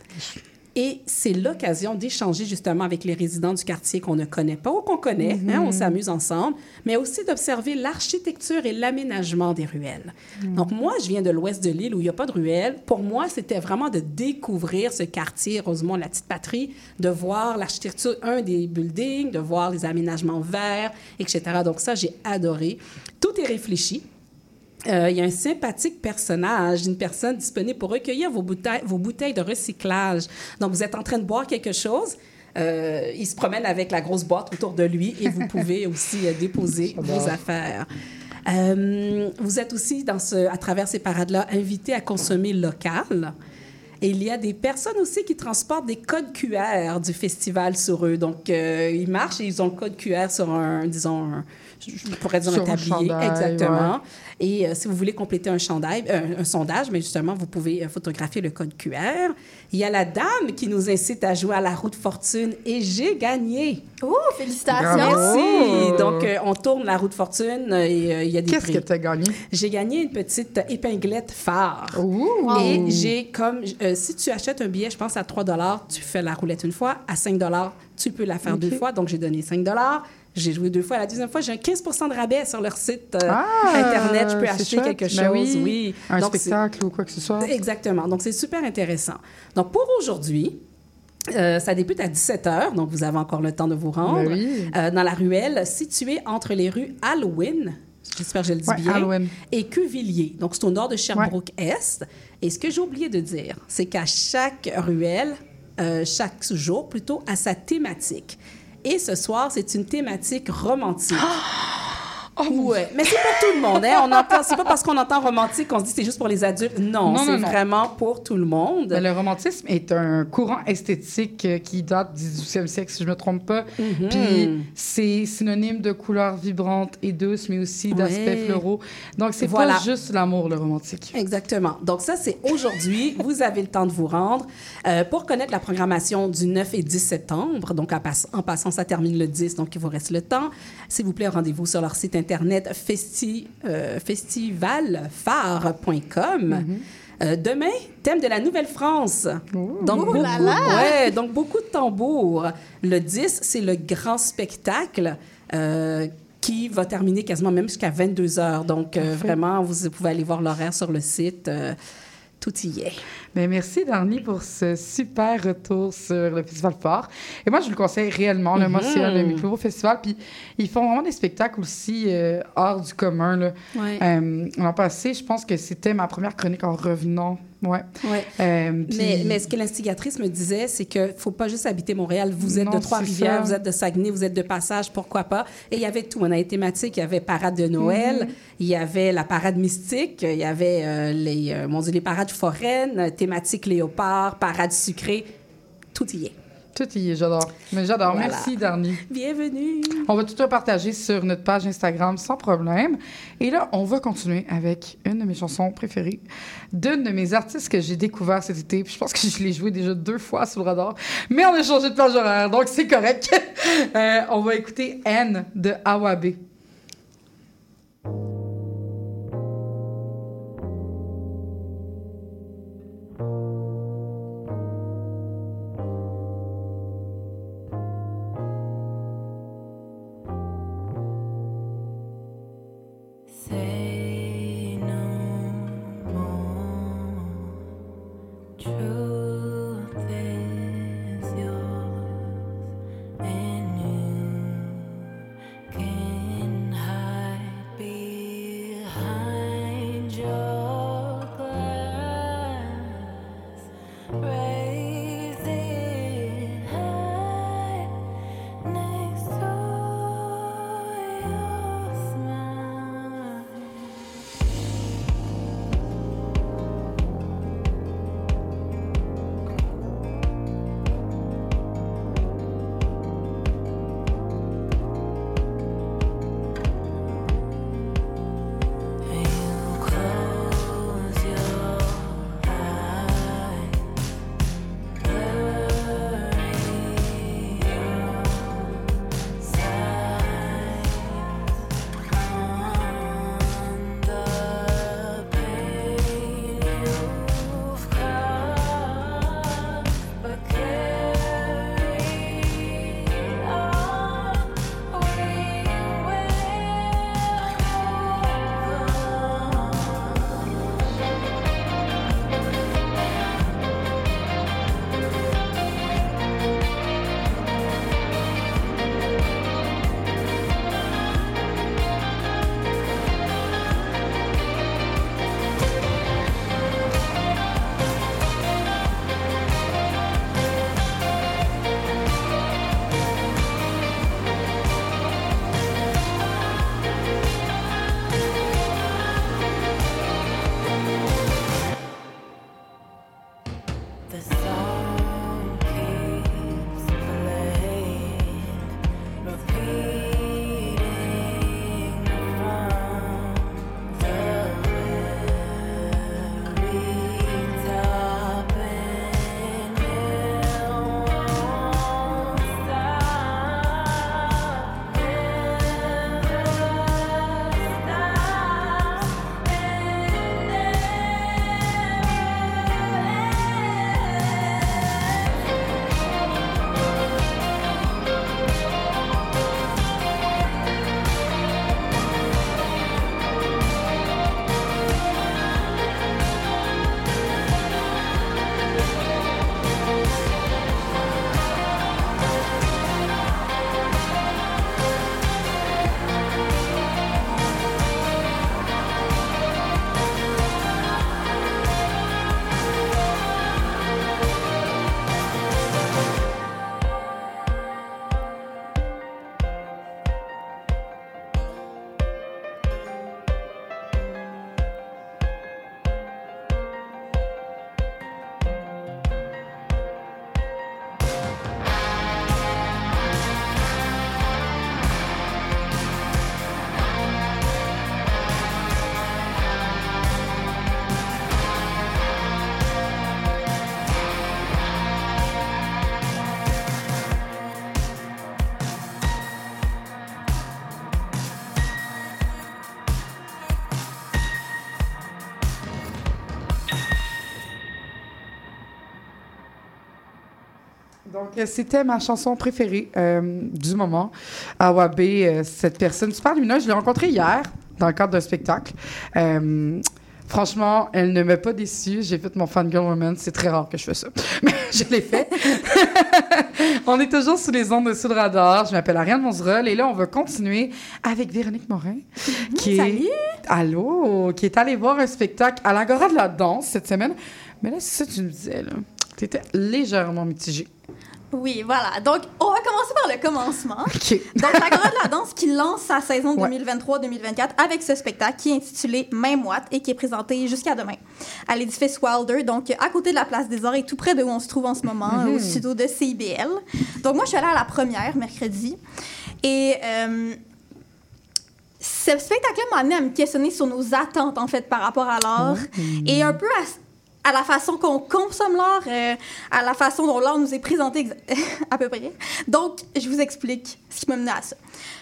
Et c'est l'occasion d'échanger justement avec les résidents du quartier qu'on ne connaît pas ou qu'on connaît, mm-hmm. hein, on s'amuse ensemble, mais aussi d'observer l'architecture et l'aménagement des ruelles. Mm. Donc moi, je viens de l'ouest de l'île où il n'y a pas de ruelles. Pour moi, c'était vraiment de découvrir ce quartier, Rosemont, la petite patrie, de voir l'architecture, un des buildings, de voir les aménagements verts, et cetera. Donc ça, j'ai adoré. Tout est réfléchi. Euh, il y a un sympathique personnage, une personne disponible pour recueillir vos bouteilles, vos bouteilles de recyclage. Donc, vous êtes en train de boire quelque chose. Euh, il se promène avec la grosse boîte autour de lui et vous pouvez aussi euh, déposer vos affaires. Euh, vous êtes aussi, dans ce, à travers ces parades-là, invité à consommer local. Et il y a des personnes aussi qui transportent des codes Q R du festival sur eux. Donc, euh, ils marchent et ils ont le code Q R sur un, disons, un, je pourrais dire sur un tablier. Un chandail, exactement. Ouais. Et euh, si vous voulez compléter un, chandail, euh, un sondage, mais justement, vous pouvez euh, photographier le code Q R. Il y a la dame qui nous incite à jouer à la roue de fortune et j'ai gagné. Oh, félicitations! Merci! Donc, euh, on tourne la roue de fortune et euh, il y a des Qu'est-ce prix. que tu as gagné? J'ai gagné une petite épinglette phare. Ouh. Et j'ai comme... Euh, si tu achètes un billet, je pense à trois dollars, tu fais la roulette une fois. À cinq dollars, tu peux la faire okay. deux fois. Donc, j'ai donné cinq dollars. J'ai joué deux fois. La deuxième fois, j'ai un quinze pour cent de rabais sur leur site euh, ah, Internet. Je peux acheter chouette. quelque chose. Ben oui. oui. Un Donc, spectacle ou quoi que ce soit. Exactement. Donc, c'est super intéressant. Donc, pour aujourd'hui, euh, ça débute à dix-sept heures. Donc, vous avez encore le temps de vous rendre. Ben oui. euh, dans la ruelle située entre les rues Halloween, j'espère que je le dis ouais, bien, Halloween. et Cuvilliers. Donc, c'est au nord de Sherbrooke-Est. Ouais. Et ce que j'ai oublié de dire, c'est qu'à chaque ruelle, euh, chaque jour, plutôt, a sa thématique. Et ce soir, c'est une thématique romantique. Oh, ouais. Mais c'est pas tout le monde. Hein? On entend, c'est pas parce qu'on entend romantique qu'on se dit que c'est juste pour les adultes. Non, non c'est non, vraiment non. pour tout le monde. Mais le romantisme est un courant esthétique qui date du dix-huitième siècle, si je me trompe pas. Mm-hmm. Puis c'est synonyme de couleurs vibrantes et douces, mais aussi d'aspects oui. floraux. Donc, c'est voilà. pas juste l'amour, le romantique. Exactement. Donc, ça, c'est aujourd'hui. Vous avez le temps de vous rendre. Euh, pour connaître la programmation du neuf et dix septembre, donc en, pass- en passant, ça termine le dix, donc il vous reste le temps. S'il vous plaît, rendez-vous sur leur site Internet festi, euh, festivalphare point com. Mm-hmm. Euh, demain, thème de la Nouvelle-France. Ouh, donc, oh beaucoup, là là. Ouais, donc, beaucoup de tambours. Le dix, c'est le grand spectacle euh, qui va terminer quasiment même jusqu'à vingt-deux heures. Donc, euh, vraiment, vous pouvez aller voir l'horaire sur le site. Euh, tout y est. Bien, merci, Darnie, pour ce super retour sur le Festival Phare. Et moi, je le conseille réellement. Là. Mm-hmm. Moi, c'est un de mes plus beaux festivals. Puis, ils font vraiment des spectacles aussi euh, hors du commun. Là. Ouais. Euh, l'an passé, je pense que c'était ma première chronique en revenant. Ouais. Ouais. Euh, puis... mais, mais ce que l'instigatrice me disait, c'est qu'il ne faut pas juste habiter Montréal. Vous êtes non, de Trois-Rivières, vous êtes de Saguenay, vous êtes de passage, pourquoi pas? Et il y avait tout. On a les thématiques. Il y avait parade de Noël, mm-hmm. il y avait la parade mystique, il y avait euh, les, euh, mon Dieu, les parades foraines, thématique léopard, parade sucrée. Tout y est. Tout y est, j'adore. Mais j'adore. Voilà. Merci, Darnie. Bienvenue. On va tout repartager sur notre page Instagram sans problème. Et là, on va continuer avec une de mes chansons préférées d'une de mes artistes que j'ai découvert cet été. Puis je pense que je l'ai joué déjà deux fois sur le radar. Mais on a changé de plage horaire, donc c'est correct. euh, on va écouter N de Awabe. Can Donc, c'était ma chanson préférée euh, du moment. Awabé, euh, cette personne super lumineuse, je l'ai rencontrée hier dans le cadre d'un spectacle. Euh, franchement, elle ne m'a pas déçue. J'ai fait mon fangirl moment. C'est très rare que je fais ça, mais je l'ai fait. On est toujours sous les ondes de Sous le radar. Je m'appelle Ariane Monzerol et là, on va continuer avec Véronique Morin. Mmh, qui salut! Est, allô! Qui est allée voir un spectacle à l'Agora de la danse cette semaine. Mais là, c'est ça que tu me disais, là. Tu étais légèrement mitigée. Oui, voilà. Donc, on va commencer par le commencement. OK. Donc, l'Agora de la danse qui lance sa saison Ouais. deux mille vingt-trois deux mille vingt-quatre avec ce spectacle qui est intitulé Main moite et qui est présenté jusqu'à demain à l'édifice Wilder, donc à côté de la Place des Arts et tout près de où on se trouve en ce moment, Mhm. au studio de C I B L. Donc, moi, je suis allée à la première mercredi et... Euh, ce spectacle-là m'a amené à me questionner sur nos attentes, en fait, par rapport à l'art Mhm. et un peu à, à la façon qu'on consomme l'art, euh, à la façon dont l'art nous est présenté exa- à peu près. Donc, je vous explique ce qui m'a mené à ça.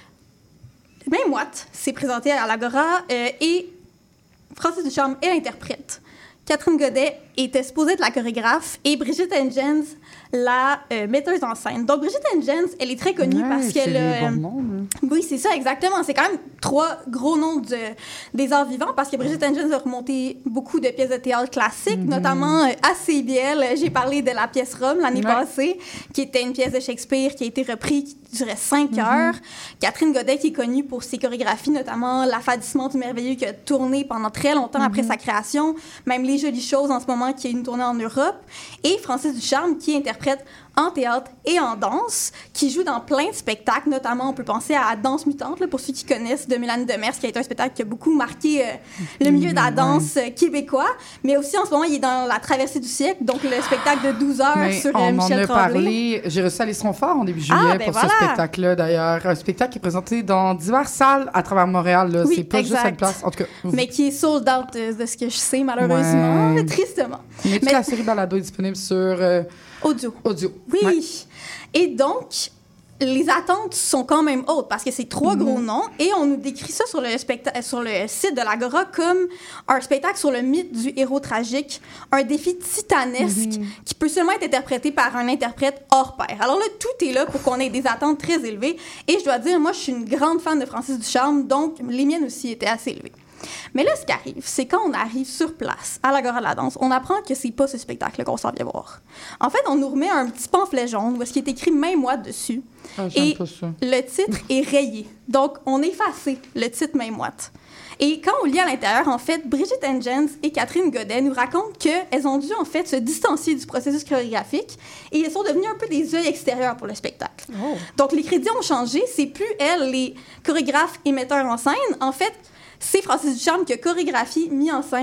Main moite s'est présenté à l'Agora euh, et Francis Ducharme est l'interprète. Catherine Godet était supposée être la chorégraphe et Brigitte Engens la euh, metteuse en scène. Donc, Brigitte Engens, elle est très connue Ouais, parce c'est qu'elle... les euh, bons noms, là. oui, c'est ça, exactement. C'est quand même trois gros noms de, des arts vivants parce que Brigitte Engens a remonté beaucoup de pièces de théâtre classiques, Mhm. notamment euh, à C B L. J'ai parlé de la pièce Rome l'année Ouais. passée, qui était une pièce de Shakespeare qui a été reprise, qui durait cinq Mhm. heures. Catherine Godet, qui est connue pour ses chorégraphies, notamment L'affadissement du merveilleux, qui a tourné pendant très longtemps Mhm. après sa création, même Les Jolies choses en ce moment, qui a une tournée en Europe. Et Francis Ducharme, qui interprète en théâtre et en danse, qui joue dans plein de spectacles, notamment on peut penser à Danse mutante, là, pour ceux qui connaissent, de Mélanie Demers, qui a été un spectacle qui a beaucoup marqué euh, le milieu de la Ouais. danse euh, québécois, mais aussi en ce moment il est dans La traversée du siècle, donc le spectacle de douze heures Mais sur euh, on en Michel a Tremblay. parlé. J'ai reçu Alice Ronfort en début juillet Ah, ben pour voilà. ce spectacle-là, d'ailleurs. Un spectacle qui est présenté dans diverses salles à travers Montréal. Là. Oui, C'est pas juste exact. à une place. En tout cas, Mais qui est sold out euh, de ce que je sais, malheureusement, Ouais. tristement. mais toute mais- la série Balado est disponible sur euh, Audio. audio. Oui. Ouais. Et donc, les attentes sont quand même hautes parce que c'est trois Mhm. gros noms et on nous décrit ça sur le, specta- sur le site de l'Agora comme un spectacle sur le mythe du héros tragique, un défi titanesque Mhm. qui peut seulement être interprété par un interprète hors pair. Alors là, tout est là pour qu'on ait des attentes très élevées et je dois dire, moi, je suis une grande fan de Francis Ducharme, donc les miennes aussi étaient assez élevées. Mais là, ce qui arrive, c'est quand on arrive sur place, à l'Agora de la danse, on apprend que c'est pas ce spectacle qu'on s'en vient voir. En fait, on nous remet un petit pamphlet jaune où est-ce qu'il est écrit « Main moite » dessus. Ah, j'aime Et pas ça. le titre est rayé. Donc, on effacé le titre « Main moite ». Et quand on lit à l'intérieur, en fait, Brigitte Engens et Catherine Godet nous racontent qu'elles ont dû, en fait, se distancier du processus chorégraphique et elles sont devenues un peu des yeux extérieurs pour le spectacle. Oh. Donc, les crédits ont changé. C'est plus elles, les chorégraphes et metteurs en scène. En fait, c'est Francis Ducharme qui a chorégraphié, mis en scène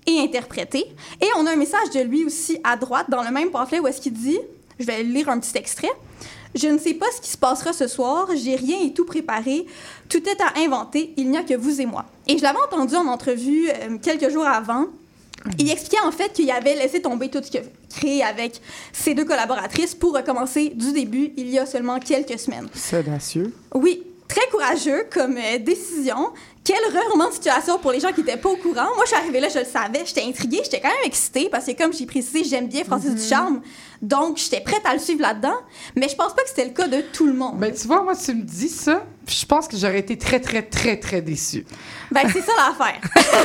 et interprété. Et on a un message de lui aussi à droite, dans le même pamphlet, où est-ce qu'il dit, je vais lire un petit extrait, « Je ne sais pas ce qui se passera ce soir, j'ai rien et tout préparé, tout est à inventer, il n'y a que vous et moi. » Et je l'avais entendu en entrevue euh, quelques jours avant. Il expliquait en fait qu'il avait laissé tomber tout ce qu'il a créé avec ses deux collaboratrices pour recommencer du début il y a seulement quelques semaines. C'est audacieux. Oui, très courageux comme euh, décision. Quel revirement de situation pour les gens qui n'étaient pas au courant. Moi, je suis arrivée là, je le savais, j'étais intriguée, j'étais quand même excitée parce que, comme j'ai précisé, j'aime bien Francis Mm-hmm. Ducharme, donc j'étais prête à le suivre là-dedans, mais je pense pas que c'était le cas de tout le monde. Ben, tu vois, moi, tu me dis ça, puis je pense que j'aurais été très, très, très, très déçue. Ben, c'est ça l'affaire.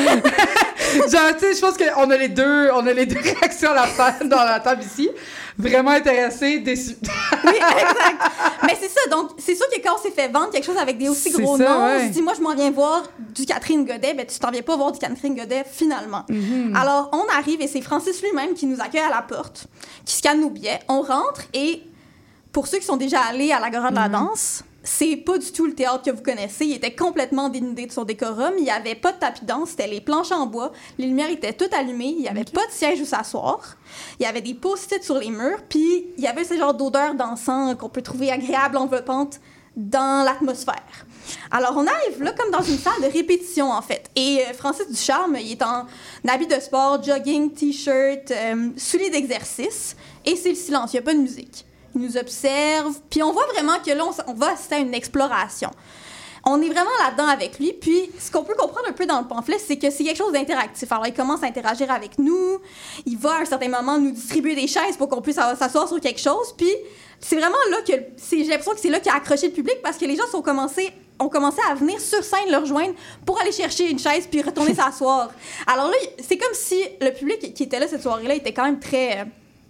Genre, tu sais, je pense qu'on a les deux, on a les deux réactions à la fin, dans la table ici. Vraiment intéressée, déçue. Oui, exact. Mais c'est ça, donc c'est sûr que quand on s'est fait vendre quelque chose avec des aussi C'est gros ça, noms, ouais. on se dit, moi, je m'en viens voir du Catherine Godet, ben tu t'en viens pas voir du Catherine Godet, finalement. Mm-hmm. Alors, on arrive et c'est Francis lui-même qui nous accueille à la porte, qui scanne nos billets. On rentre et, pour ceux qui sont déjà allés à l'Agora de la danse, c'est pas du tout le théâtre que vous connaissez. Il était complètement dénudé de son décorum. Il n'y avait pas de tapis de danse. C'était les planches en bois. Les lumières étaient toutes allumées. Il n'y avait pas de siège où s'asseoir. Il y avait des post-it sur les murs. Puis, il y avait ce genre d'odeur d'encens qu'on peut trouver agréable, enveloppante dans l'atmosphère. Alors, on arrive là comme dans une salle de répétition, en fait. Et euh, Francis Ducharme, il est en habit de sport, jogging, T-shirt, euh, souliers d'exercice. Et c'est le silence. Il n'y a pas de musique. Il nous observe, puis on voit vraiment que là, on, s- on va assister à une exploration. On est vraiment là-dedans avec lui, puis ce qu'on peut comprendre un peu dans le pamphlet, c'est que c'est quelque chose d'interactif. Alors, il commence à interagir avec nous, il va à un certain moment nous distribuer des chaises pour qu'on puisse s'asseoir sur quelque chose, puis c'est vraiment là que, c'est, j'ai l'impression que c'est là qu'il a accroché le public, parce que les gens sont commencés, ont commencé à venir sur scène le rejoindre pour aller chercher une chaise puis retourner s'asseoir. Alors là, c'est comme si le public qui était là cette soirée-là était quand même très... Euh,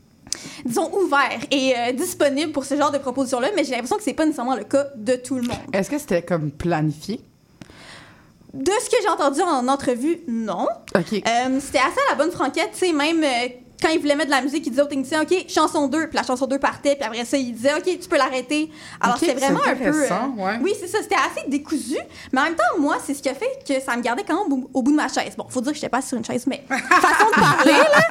disons, ouvert et euh, disponible pour ce genre de propositions-là, mais j'ai l'impression que c'est pas nécessairement le cas de tout le monde. Est-ce que c'était comme planifié? De ce que j'ai entendu en entrevue, non. OK. Euh, c'était assez à la bonne franquette, tu sais, même euh, quand il voulait mettre de la musique, il disait au technicien, OK, chanson deux, puis la chanson deux partait, puis après ça, il disait, OK, tu peux l'arrêter. Alors, OK, c'était vraiment c'est un peu... euh, intéressant, ouais. Oui, c'est ça, c'était assez décousu, mais en même temps, moi, c'est ce qui a fait que ça me gardait quand même au, au bout de ma chaise. Bon, faut dire que j'étais pas sur une chaise, mais façon de parler,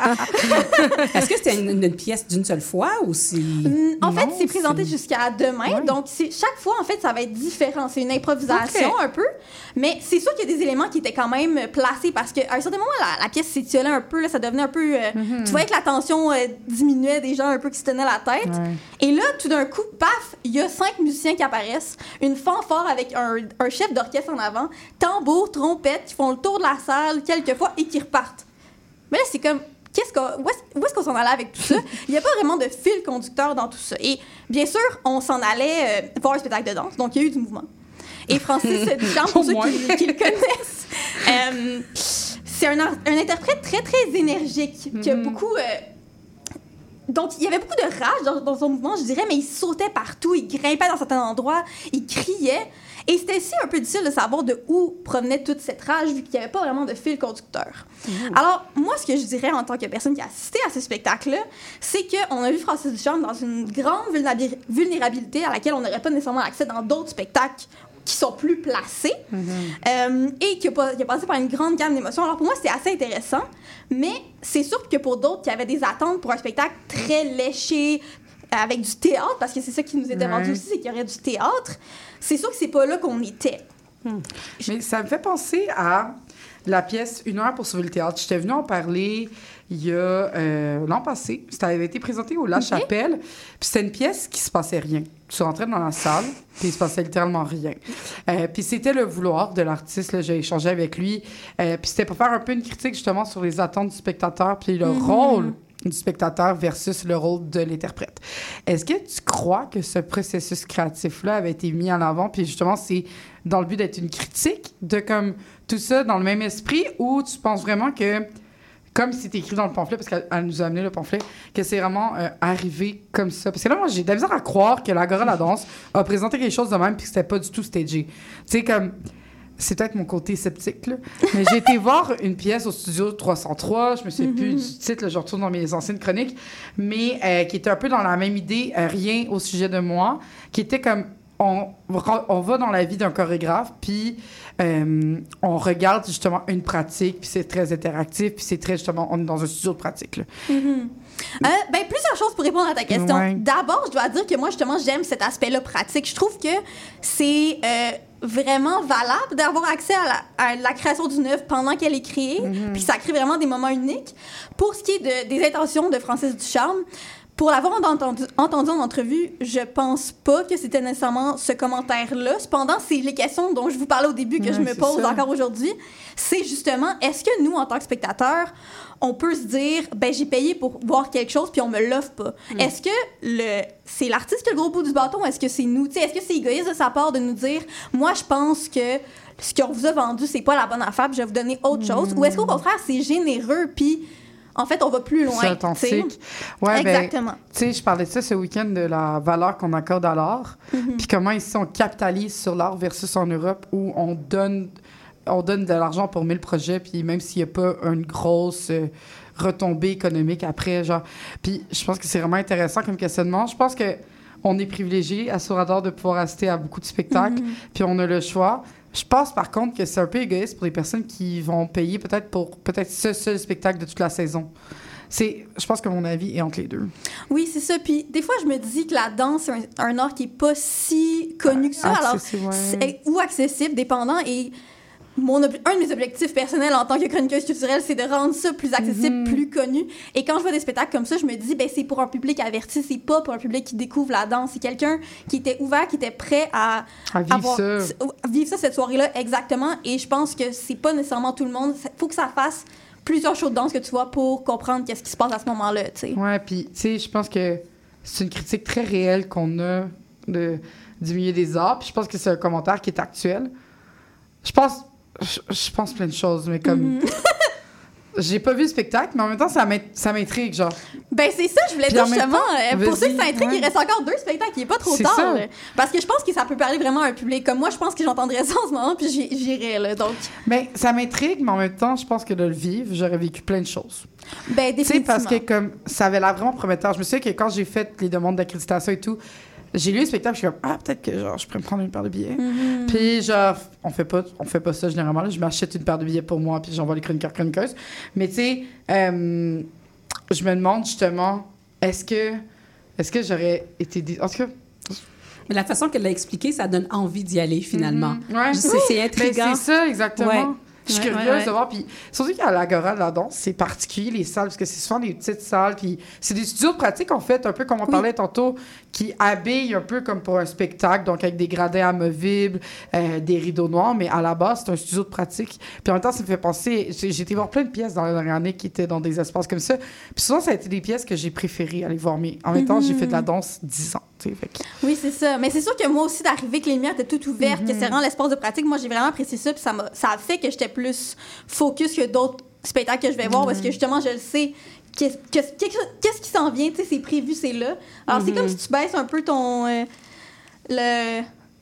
là. Est-ce que c'était une, une pièce d'une seule fois ou si... Mm, En fait, Non, c'est présenté c'est- jusqu'à demain, Ouais. donc c'est, chaque fois, en fait, ça va être différent. C'est une improvisation Ok. un peu, mais c'est sûr qu'il y a des éléments qui étaient quand même placés parce qu'à un certain moment, la, la pièce s'étiolait un peu, là, ça devenait un peu... euh, Tu voyais que la tension euh, diminuait, des gens un peu qui se tenaient la tête. Ouais. Et là, tout d'un coup, paf, il y a cinq musiciens qui apparaissent, une fanfare avec un, un chef d'orchestre en avant, tambour, trompette, qui font le tour de la salle quelques fois et qui repartent. Mais là, c'est comme... Qu'est-ce qu'on, où, est-ce, où est-ce qu'on s'en allait avec tout ça? Il n'y a pas vraiment de fil conducteur dans tout ça. Et bien sûr, on s'en allait euh, voir un spectacle de danse, donc il y a eu du mouvement. Et Francis Ducharme, pour Au ceux moins. qui, qui le connaissent, euh, c'est un, ar- un interprète très, très énergique, qui a beaucoup... euh, donc, il y avait beaucoup de rage dans, dans son mouvement, je dirais, mais il sautait partout, il grimpait dans certains endroits, il criait. Et c'était aussi un peu difficile de savoir de où provenait toute cette rage, vu qu'il n'y avait pas vraiment de fil conducteur. Alors, moi, ce que je dirais en tant que personne qui a assisté à ce spectacle-là, c'est qu'on a vu Francis Ducharme dans une grande vulnérabi- vulnérabilité à laquelle on n'aurait pas nécessairement accès dans d'autres spectacles qui sont plus placés, euh, et qui a, pas- qui a passé par une grande gamme d'émotions. Alors, pour moi, c'était assez intéressant, mais c'est sûr que pour d'autres qui avaient des attentes pour un spectacle très léché, avec du théâtre, parce que c'est ça qui nous était Ouais. vendu aussi, c'est qu'il y aurait du théâtre, c'est sûr que c'est pas là qu'on était. Mais ça me fait penser à la pièce Une heure pour sauver le théâtre. J'étais venue en parler il y a euh, l'an passé. Ça avait été présenté au La Chapelle. Puis c'était une pièce qui se passait rien. Tu rentrais dans la salle, puis il se passait littéralement rien. Euh, puis c'était le vouloir de l'artiste. Là, j'ai échangé avec lui. Euh, puis c'était pour faire un peu une critique justement sur les attentes du spectateur, puis le rôle du spectateur versus le rôle de l'interprète. Est-ce que tu crois que ce processus créatif-là avait été mis en avant, puis justement, c'est dans le but d'être une critique de comme tout ça dans le même esprit, ou tu penses vraiment que, comme c'est écrit dans le pamphlet, parce qu'elle elle nous a amené le pamphlet, que c'est vraiment euh, arrivé comme ça? Parce que là, moi, j'ai de la misère à croire que l'Agora de la danse a présenté quelque chose de même, puis que c'était pas du tout stagé. Tu sais, comme... C'est peut-être mon côté sceptique, là. Mais j'ai été voir une pièce au studio trois cent trois, je me souviens plus du titre, là, je retourne dans mes anciennes chroniques, mais euh, qui était un peu dans la même idée, euh, rien au sujet de moi, qui était comme on, on va dans la vie d'un chorégraphe, puis euh, on regarde justement une pratique, puis c'est très interactif, puis c'est très justement, on est dans un studio de pratique. Là. Mm-hmm. Euh, ben, plusieurs choses pour répondre à ta question. Ouais. D'abord, je dois dire que moi, justement, j'aime cet aspect-là pratique. Je trouve que c'est euh, vraiment valable d'avoir accès à la, à la création d'une œuvre pendant qu'elle est créée, mm-hmm. puis ça crée vraiment des moments uniques. Pour ce qui est de, des intentions de Francis Ducharme, pour l'avoir entendu, entendu en entrevue, je pense pas que c'était nécessairement ce commentaire-là. Cependant, c'est les questions dont je vous parlais au début que ouais, je me pose ça. encore aujourd'hui. C'est justement, est-ce que nous, en tant que spectateurs, on peut se dire, ben j'ai payé pour voir quelque chose puis on me l'offre pas. Mm. Est-ce que le c'est l'artiste qui a le gros bout du bâton ou est-ce que c'est nous? T'sais, est-ce que c'est égoïste de sa part de nous dire, moi je pense que ce qu'on vous a vendu c'est pas la bonne affaire, puis je vais vous donner autre mm. chose? Ou est-ce qu'au contraire c'est généreux puis en fait, on va plus loin. C'est authentique. Ouais, exactement. Ben, tu sais, je parlais de ça ce week-end, de la valeur qu'on accorde à l'art, mm-hmm. puis comment ici, on capitalise sur l'art versus en Europe, où on donne, on donne de l'argent pour mille projets, puis même s'il n'y a pas une grosse euh, retombée économique après, genre... Puis je pense que c'est vraiment intéressant comme questionnement. Je pense que on est privilégié à Sur Radar de pouvoir assister à beaucoup de spectacles, mm-hmm. puis on a le choix. Je pense, par contre, que c'est un peu égoïste pour les personnes qui vont payer peut-être pour peut-être ce seul spectacle de toute la saison. C'est, je pense que mon avis est entre les deux. Oui, c'est ça. Puis des fois, je me dis que la danse, c'est un, un art qui n'est pas si connu que ça. Accessible, alors, ouais. Ou accessible, dépendant. Et mon ob- un de mes objectifs personnels en tant que chroniqueuse culturelle, c'est de rendre ça plus accessible, mm-hmm. plus connu. Et quand je vois des spectacles comme ça, je me dis, ben c'est pour un public averti, c'est pas pour un public qui découvre la danse. C'est quelqu'un qui était ouvert, qui était prêt à, à vivre, avoir, ça. vivre ça cette soirée-là, exactement. Et je pense que c'est pas nécessairement tout le monde. Il faut que ça fasse plusieurs shows de danse que tu vois pour comprendre qu'est-ce qui se passe à ce moment-là, tu sais. Ouais, puis tu sais, je pense que c'est une critique très réelle qu'on a de, du milieu des arts. Puis je pense que c'est un commentaire qui est actuel. Je pense... Je, je pense plein de choses, mais comme... Mm-hmm. J'ai pas vu le spectacle, mais en même temps, ça, m'int- ça m'intrigue, genre. Ben, c'est ça, je voulais dire justement. Temps, pour ceux qui s'intriguent, ouais. il reste encore deux spectacles, il est pas trop c'est tard. Ça. Là, parce que je pense que ça peut parler vraiment à un public. Comme moi, je pense que j'entendrais ça en ce moment, puis j'y, j'irais, là, donc... Ben, ça m'intrigue, mais en même temps, je pense que de le vivre, j'aurais vécu plein de choses. Ben, définitivement. Tu sais, parce que comme ça avait l'air vraiment prometteur. Je me souviens que quand j'ai fait les demandes d'accréditation et tout, j'ai lu le spectacle, je suis comme, ah, peut-être que genre, je pourrais me prendre une paire de billets. Mm-hmm. Puis, genre, on fait pas, on fait pas ça généralement. Là. Je m'achète une paire de billets pour moi, puis j'envoie les chroniqueurs chroniqueuses. Mais, tu sais, euh, je me demande justement, est-ce que, est-ce que j'aurais été. Dé... En tout cas. Mais la façon qu'elle l'a expliqué, ça donne envie d'y aller, finalement. Mm-hmm. Ouais. C'est, c'est intriguant. Ben, c'est ça, exactement. Ouais. Je suis ouais, curieuse ouais, ouais. de voir. Puis surtout qu'à l'Agora de la danse, c'est particulier, les salles, parce que c'est souvent des petites salles. Puis c'est des studios de pratique, en fait, un peu comme on oui. parlait tantôt, qui habillent un peu comme pour un spectacle, donc avec des gradins amovibles, euh, des rideaux noirs. Mais à la base, c'est un studio de pratique. Puis en même temps, ça me fait penser... J'ai, j'ai été voir plein de pièces dans la dernière année qui étaient dans des espaces comme ça. Puis souvent, ça a été des pièces que j'ai préférées aller voir. Mais en même mm-hmm. temps, j'ai fait de la danse dix ans. Fait que... Oui, c'est ça. Mais c'est sûr que moi aussi, d'arriver que les lumières étaient toutes ouvertes, mm-hmm. que c'est vraiment l'espace de pratique, moi, j'ai vraiment apprécié ça. Puis ça, m'a, ça a fait que j'étais plus focus que d'autres spectacles que je vais voir mm-hmm. parce que justement, je le sais. Qu'est-ce, qu'est-ce, qu'est-ce qui s'en vient? Tu sais, c'est prévu, c'est là. Alors, mm-hmm. c'est comme si tu baisses un peu ton... Euh, le...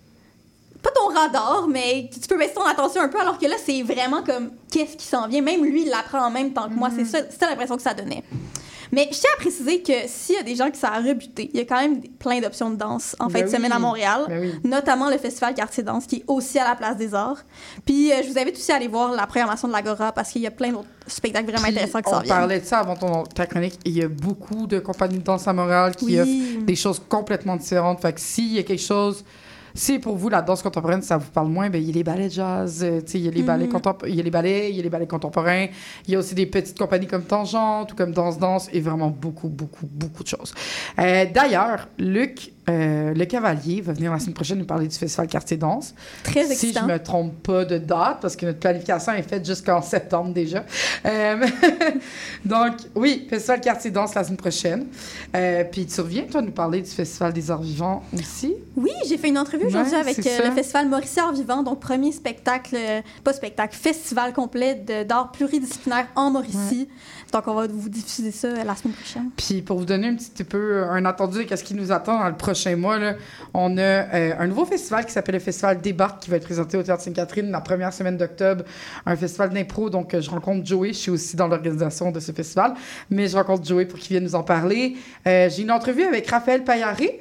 Pas ton radar, mais tu peux baisser ton attention un peu, alors que là, c'est vraiment comme qu'est-ce qui s'en vient. Même lui, il l'apprend en même temps que moi. Mm-hmm. C'est ça, c'est ça l'impression que ça donnait. Mais je tiens à préciser que s'il y a des gens qui ça a rebuté, il y a quand même plein d'options de danse en ben fin de oui. semaine à Montréal, ben oui. notamment le Festival Quartier Danse, qui est aussi à la Place des Arts. Puis euh, je vous invite aussi à aller voir la programmation de l'Agora, parce qu'il y a plein d'autres spectacles vraiment Puis intéressants qui s'en viennent. On parlait de ça avant ton, ta chronique. Il y a beaucoup de compagnies de danse à Montréal qui oui. offrent des choses complètement différentes. Fait que s'il y a quelque chose... Si pour vous, la danse contemporaine, ça vous parle moins, bien, il y a les ballets de jazz, euh, il y a les mm-hmm. ballets contempor- il y a les ballets, il y a les ballets contemporains, il y a aussi des petites compagnies comme Tangente ou comme Danse Danse et vraiment beaucoup, beaucoup, beaucoup de choses. Euh, d'ailleurs, Luc euh, Le Cavalier va venir la semaine prochaine nous parler du Festival Quartier Danse. Très si excitant. Si je me trompe pas de date, parce que notre planification est faite jusqu'en septembre déjà. Euh, donc, oui, Festival Quartier Danse la semaine prochaine. Euh, puis tu reviens, toi, nous parler du Festival des Arts Vivants aussi? Oui, j'ai fait une entrevue aujourd'hui ouais, avec euh, le Festival Mauricie Arts Vivants, donc premier spectacle, euh, pas spectacle, festival complet de, d'art pluridisciplinaire en Mauricie. Ouais. Donc, on va vous diffuser ça euh, la semaine prochaine. Puis, pour vous donner un petit peu un attendu de qu'est-ce qui nous attend dans le prochain mois, là, on a euh, un nouveau festival qui s'appelle le Festival Débarque, qui va être présenté au Théâtre Sainte-Catherine la première semaine d'octobre. Un festival d'impro, donc euh, je rencontre Joey, je suis aussi dans l'organisation de ce festival, mais je rencontre Joey pour qu'il vienne nous en parler. Euh, j'ai une entrevue avec Raphaël Paillaré,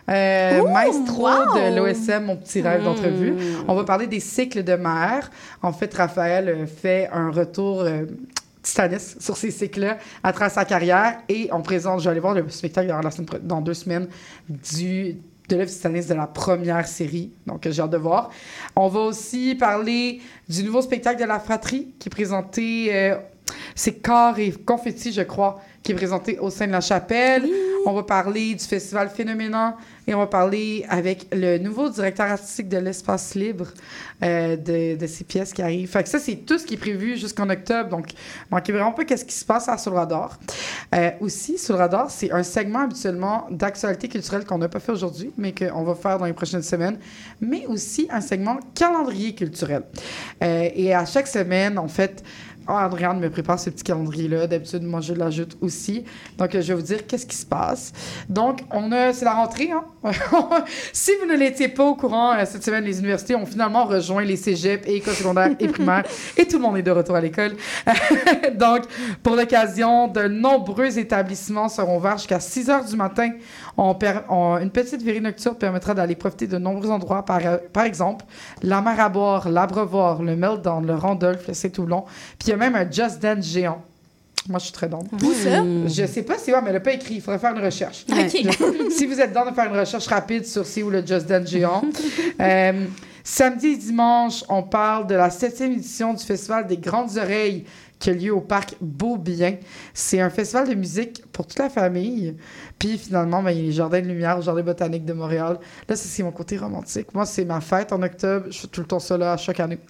Euh, Ouh, maestro wow! de l'O S M, mon petit rêve Mm. d'entrevue. On va parler des cycles de mer. En fait, Raphaël euh, fait un retour euh, titaniste sur ces cycles-là à travers sa carrière et on présente, je vais aller voir le spectacle dans, la semaine, pro- dans deux semaines du de l'œuvre titaniste de la première série. Donc, j'ai hâte de voir. On va aussi parler du nouveau spectacle de la fratrie qui est présenté... Euh, c'est Corps et Confetti, je crois, qui est présenté au sein de la chapelle. Oui. On va parler du festival Phénoménal et on va parler avec le nouveau directeur artistique de l'Espace Libre euh, de, de ces pièces qui arrivent. Fait que ça, c'est tout ce qui est prévu jusqu'en octobre. Donc, manquez vraiment pas qu'est-ce qui se passe à Sous le radar. Euh, aussi, Sous le radar, c'est un segment habituellement d'actualité culturelle qu'on n'a pas fait aujourd'hui, mais qu'on va faire dans les prochaines semaines, mais aussi un segment calendrier culturel. Euh, et à chaque semaine, en fait, oh, Andréane me prépare ce petit calendrier-là. D'habitude, moi, je l'ajoute aussi. Donc, je vais vous dire qu'est-ce qui se passe. Donc, on a, c'est la rentrée. Hein? Si vous ne l'étiez pas au courant, euh, cette semaine, les universités ont finalement rejoint les cégeps et écoles secondaires et primaires. Et tout le monde est de retour à l'école. Donc, pour l'occasion, de nombreux établissements seront ouverts jusqu'à six heures du matin. On per- on, une petite virée nocturne permettra d'aller profiter de nombreux endroits, par, par exemple, la mer à boire, l'Abreuvoir, le Meltdown, le Randolph, le Saint-Toulon. Puis il y a même un Just Dance géant. Moi, je suis très dans. Où ça? Je sais pas c'est où, mais elle n'a pas écrit. Il faudrait faire une recherche. OK. Si vous êtes dans de faire une recherche rapide sur c'est où le Just Dance géant. euh, samedi et dimanche, on parle de la septième édition du Festival des Grandes Oreilles qui a lieu au parc Beaubien. C'est un festival de musique pour toute la famille. Puis finalement, ben, il y a les Jardins de Lumière, le Jardin botanique de Montréal. Là, ça, c'est mon côté romantique. Moi, c'est ma fête en octobre. Je fais tout le temps ça là, à chaque année.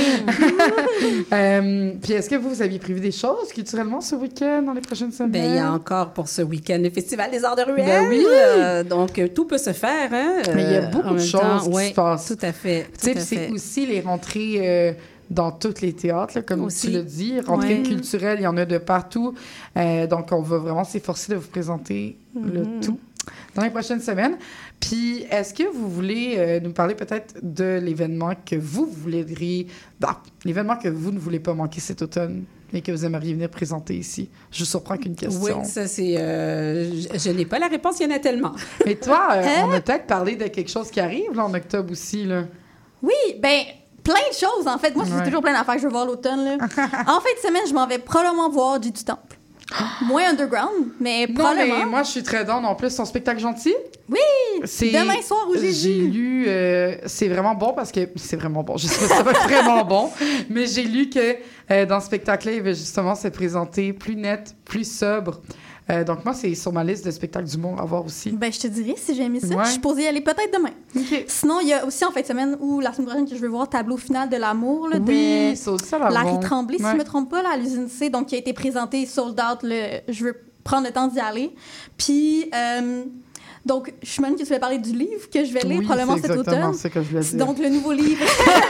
euh, puis est-ce que vous, vous aviez prévu des choses culturellement ce week-end, dans les prochaines semaines? Ben, il y a encore pour ce week-end le Festival des Arts de Ruelle. Ben oui! Euh, donc, euh, tout peut se faire. Hein, Mais il y a euh, beaucoup en de même choses temps. qui Ouais, se passent. Tout à fait. Tu sais, tout à c'est fait. aussi les rentrées euh, dans tous les théâtres, là, comme Aussi. tu l'as dit. Rentrées Ouais. culturelles, il y en a de partout. Euh, donc, on va vraiment s'efforcer de vous présenter le Mhm. tout dans les prochaines semaines. Puis, est-ce que vous voulez euh, nous parler peut-être de l'événement que vous vouleriez... Bah, l'événement que vous ne voulez pas manquer cet automne et que vous aimeriez venir présenter ici? Je vous surprends qu'une question. Oui, ça, c'est... euh, je je n'ai pas la réponse, il y en a tellement. Mais toi, euh, Hein? on a peut-être parlé de quelque chose qui arrive là, en octobre aussi, là. Oui, ben plein de choses, en fait. Moi, Ouais. c'est toujours plein d'affaires que je veux voir l'automne. Là. En fin de semaine, je m'en vais probablement voir du du Temple. Moins underground, mais Non, probablement. mais moi, je suis très down. En plus, son spectacle gentil. Oui! C'est... Demain soir au Jésus. J'ai lu... euh, c'est vraiment bon parce que... C'est vraiment bon. Je sais pas si ça va être vraiment bon, mais j'ai lu que euh, dans ce spectacle-là, il va justement se présenter plus net, plus sobre. Euh, donc, moi, c'est sur ma liste de spectacles d'humour à voir aussi. Ben, je te dirais si j'ai aimé ça. Ouais. Je suis posée y aller peut-être demain. OK. Sinon, il y a aussi en fin de semaine ou la semaine prochaine que je veux voir Tableau final de l'amour là, Oui, de c'est ça, la Larry ronde. Tremblay, si Ouais. je me trompe pas, là, à l'usine C, donc qui a été présenté sold out. Le... Je veux prendre le temps d'y aller. Puis, euh, donc, je suis même que tu vas parler du livre que je vais lire Oui, probablement c'est cet exactement automne. ça que je voulais C'est dire. donc le nouveau livre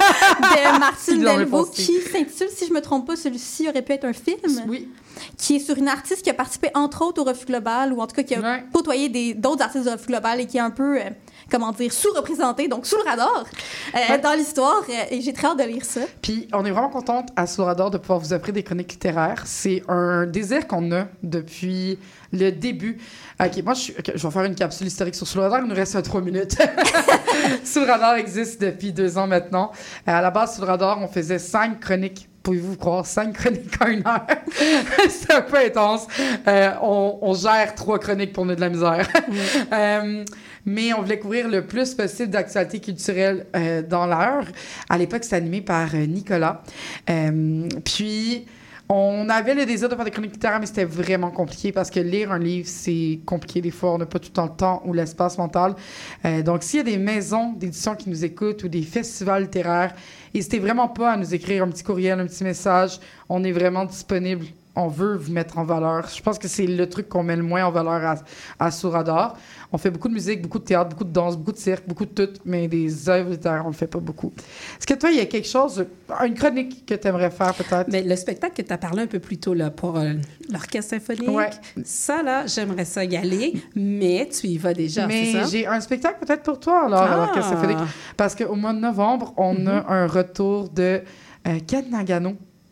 de Martine Il en est Delvaux passé. qui s'intitule, si je me trompe pas, celui-ci aurait pu être un film. Oui. Qui est sur une artiste qui a participé entre autres au Refus Global, ou en tout cas qui a Ouais. côtoyé des, d'autres artistes du Refus Global et qui est un peu, euh, comment dire, sous-représentée, donc sous le radar euh, Ouais. dans l'histoire. euh, et j'ai très hâte de lire ça. Puis, on est vraiment contente à Sous le radar de pouvoir vous offrir des chroniques littéraires. C'est un désir qu'on a depuis le début. OK, moi, je, suis- ok, je vais faire une capsule historique sur Sous le radar. Il nous reste euh, trois minutes. Sous le radar existe depuis deux ans maintenant. Euh, à la base, Sous le radar, on faisait cinq chroniques. Pouvez-vous croire, cinq chroniques en une heure? C'est un peu intense. Euh, on, on gère trois chroniques pour nous de la misère. Euh, mais on voulait couvrir le plus possible d'actualités culturelles euh, dans l'heure. À l'époque, c'était animé par euh, Nicolas. Euh, puis, on avait le désir de faire des chroniques littéraires, mais c'était vraiment compliqué parce que lire un livre, c'est compliqué des fois. On n'a pas tout le temps le temps ou l'espace mental. Euh, donc, s'il y a des maisons d'édition qui nous écoutent ou des festivals littéraires, n'hésitez vraiment pas à nous écrire un petit courriel, un petit message. On est vraiment disponible. On veut vous mettre en valeur. Je pense que c'est le truc qu'on met le moins en valeur à, à Sous Radar. On fait beaucoup de musique, beaucoup de théâtre, beaucoup de danse, beaucoup de cirque, beaucoup de tout, mais des œuvres littéraires, on le fait pas beaucoup. Est-ce que toi, il y a quelque chose, une chronique que tu aimerais faire peut-être? Mais le spectacle que tu as parlé un peu plus tôt là, pour euh, l'orchestre symphonique, Ouais. ça, là, j'aimerais ça y aller, mais tu y vas déjà, Mais c'est ça? j'ai un spectacle peut-être pour toi, alors, Ah. l'orchestre symphonique. Parce qu'au mois de novembre, on Mhm. a un retour de euh, Ken Nagano.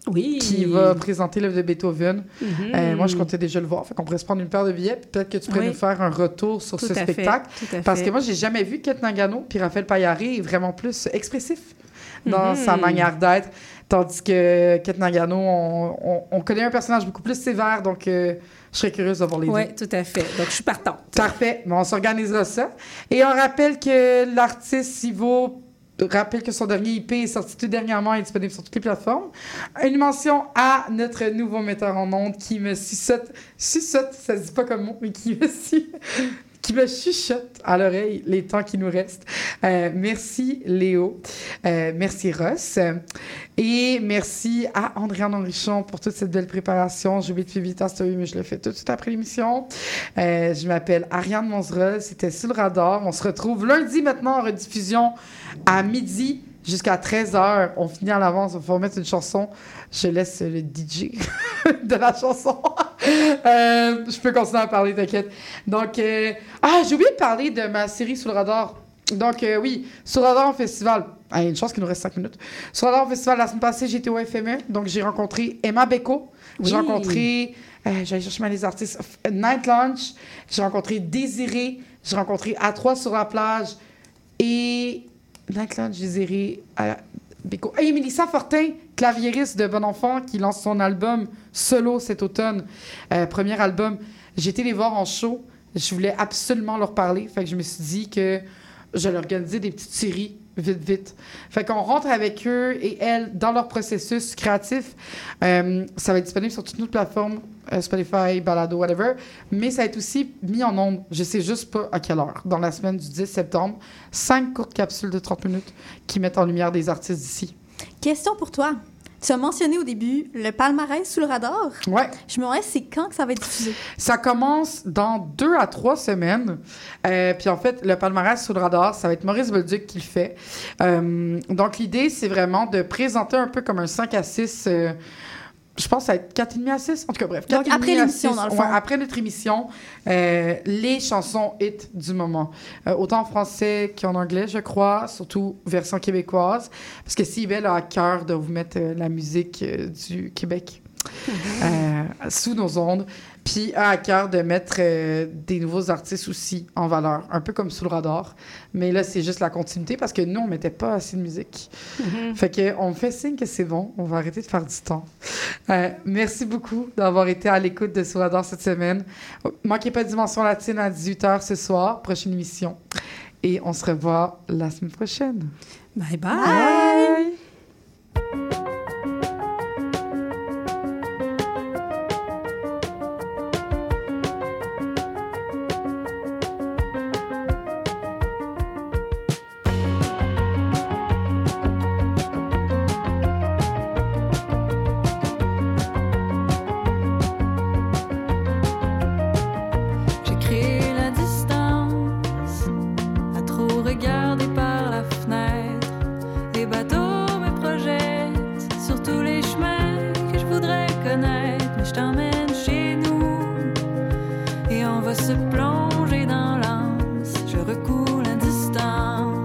Oui. qui va présenter l'œuvre de Beethoven. Mm-hmm. Euh, moi, je comptais déjà le voir. Fait qu'on pourrait se prendre une paire de billets. Puis peut-être que tu pourrais Oui. nous faire un retour sur Tout ce à fait, spectacle. tout à Parce fait. que moi, j'ai jamais vu Kate Nagano puis Raphaël Paillaré est vraiment plus expressif dans Mm-hmm. sa manière d'être. Tandis que Kate Nagano, on, on, on connaît un personnage beaucoup plus sévère. Donc, euh, je serais curieuse de voir les Oui, deux. tout à fait. Donc, je suis partante. Parfait. Bon, on s'organisera ça. Et on rappelle que l'artiste, il vaut... rappelle que son dernier E P est sorti tout dernièrement et est disponible sur toutes les plateformes. Une mention à notre nouveau metteur en ondes qui me suçote... Suçote, ça se dit pas comme mot, mais qui me... su- qui me chuchote à l'oreille les temps qui nous restent. Euh, merci Léo. Euh, merci Ross. Et merci à Andréane Henrichon pour toute cette belle préparation. J'ai oublié de faire vite en story, mais je le fais tout de suite après l'émission. Euh, je m'appelle Ariane Monzerol. C'était Sur le radar. On se retrouve lundi maintenant en rediffusion à midi jusqu'à treize heures. On finit à l'avance. Il faut remettre une chanson. Je laisse le D J de la chanson. euh, je peux continuer à parler, t'inquiète. Donc, euh... ah, j'ai oublié de parler de ma série Sous le radar. Donc, euh, oui, Sous le radar en festival. Ah, il y a une chance qu'il nous reste cinq minutes. Sous le radar en festival, la semaine passée, j'étais au F M E. Donc, j'ai rencontré Emma Beko. J'ai Oui. rencontré, euh, j'allais chercher ma les artistes, Night Lunch. J'ai rencontré Désiré. J'ai rencontré A trois sur la plage. Et Night Lunch, Désiré, euh, Beko. Et Mélissa Fortin, claviériste de Bon Enfant, qui lance son album solo cet automne. Euh, premier album. J'ai été les voir en show. Je voulais absolument leur parler. Fait que je me suis dit que j'allais organiser des petites séries vite, vite. Fait qu'on rentre avec eux et elles dans leur processus créatif. Euh, ça va être disponible sur toutes nos plateformes, euh, Spotify, Balado, whatever. Mais ça va être aussi mis en ondes. Je sais juste pas à quelle heure. Dans la semaine du dix septembre. Cinq courtes capsules de trente minutes qui mettent en lumière des artistes d'ici. Question pour toi. Tu as mentionné au début le palmarès Sous le radar. Ouais. Je me demandais, c'est quand que ça va être diffusé? Ça commence dans deux à trois semaines. Euh, puis en fait, le palmarès Sous le radar, ça va être Maurice Bolduc qui le fait. Euh, donc l'idée, c'est vraiment de présenter un peu comme un cinq à six... Euh, je pense que ça va être quatre virgule cinq à six. En tout cas, bref. Donc, quatre virgule cinq après à l'émission, six. dans le fond. Ouais, après notre émission, euh, les chansons hits du moment. Euh, autant en français qu'en anglais, je crois, surtout version québécoise. Parce que Cybelle a à cœur de vous mettre euh, la musique euh, du Québec euh, sous nos ondes. Puis a à cœur de mettre euh, des nouveaux artistes aussi en valeur, un peu comme Sous le radar. Mais là, c'est juste la continuité parce que nous, on mettait pas assez de musique. Mm-hmm. Fait qu'on fait signe que c'est bon, on va arrêter de faire du temps. Euh, merci beaucoup d'avoir été à l'écoute de Sous le radar cette semaine. Manquez pas Dimension Latine à dix-huit heures ce soir, prochaine émission. Et on se revoit la semaine prochaine. Bye bye! Bye. J'ai créé la distance à trop regarder par la fenêtre. Les bateaux me projettent sur tous les chemins que je voudrais connaître. Mais je t'emmène chez nous et on va se plonger dans l'anse. Je recoule la distance.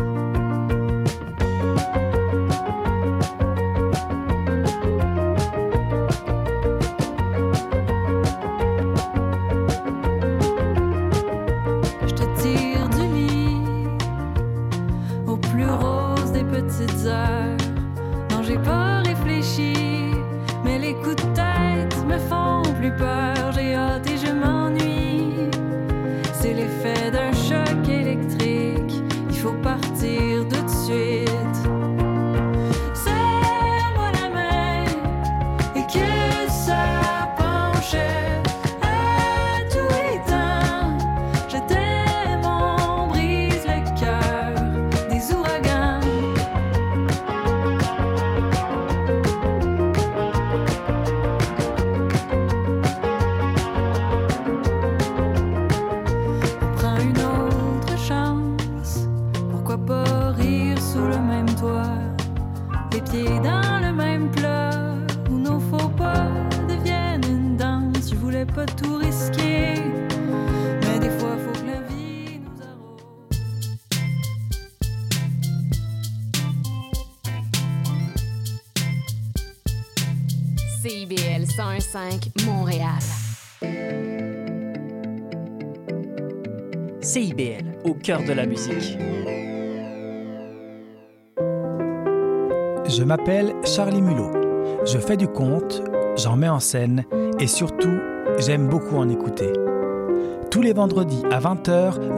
Je te tire du lit au plus rose des petites heures. Non, j'ai pas réfléchi, mais les coups de tête me font plus peur. J'ai hâte et je m'ennuie. C'est l'effet d'un choc électrique. Il faut partir tout de suite. Serre-moi la main et que ça penche à tous les temps. Je t'aime, on brise le cœur des ouragans. On prend une C I B L cent un virgule cinq Montréal. C I B L, au cœur de la musique. Je m'appelle Charlie Mulot. Je fais du conte, j'en mets en scène et surtout, j'aime beaucoup en écouter. Tous les vendredis à vingt heures,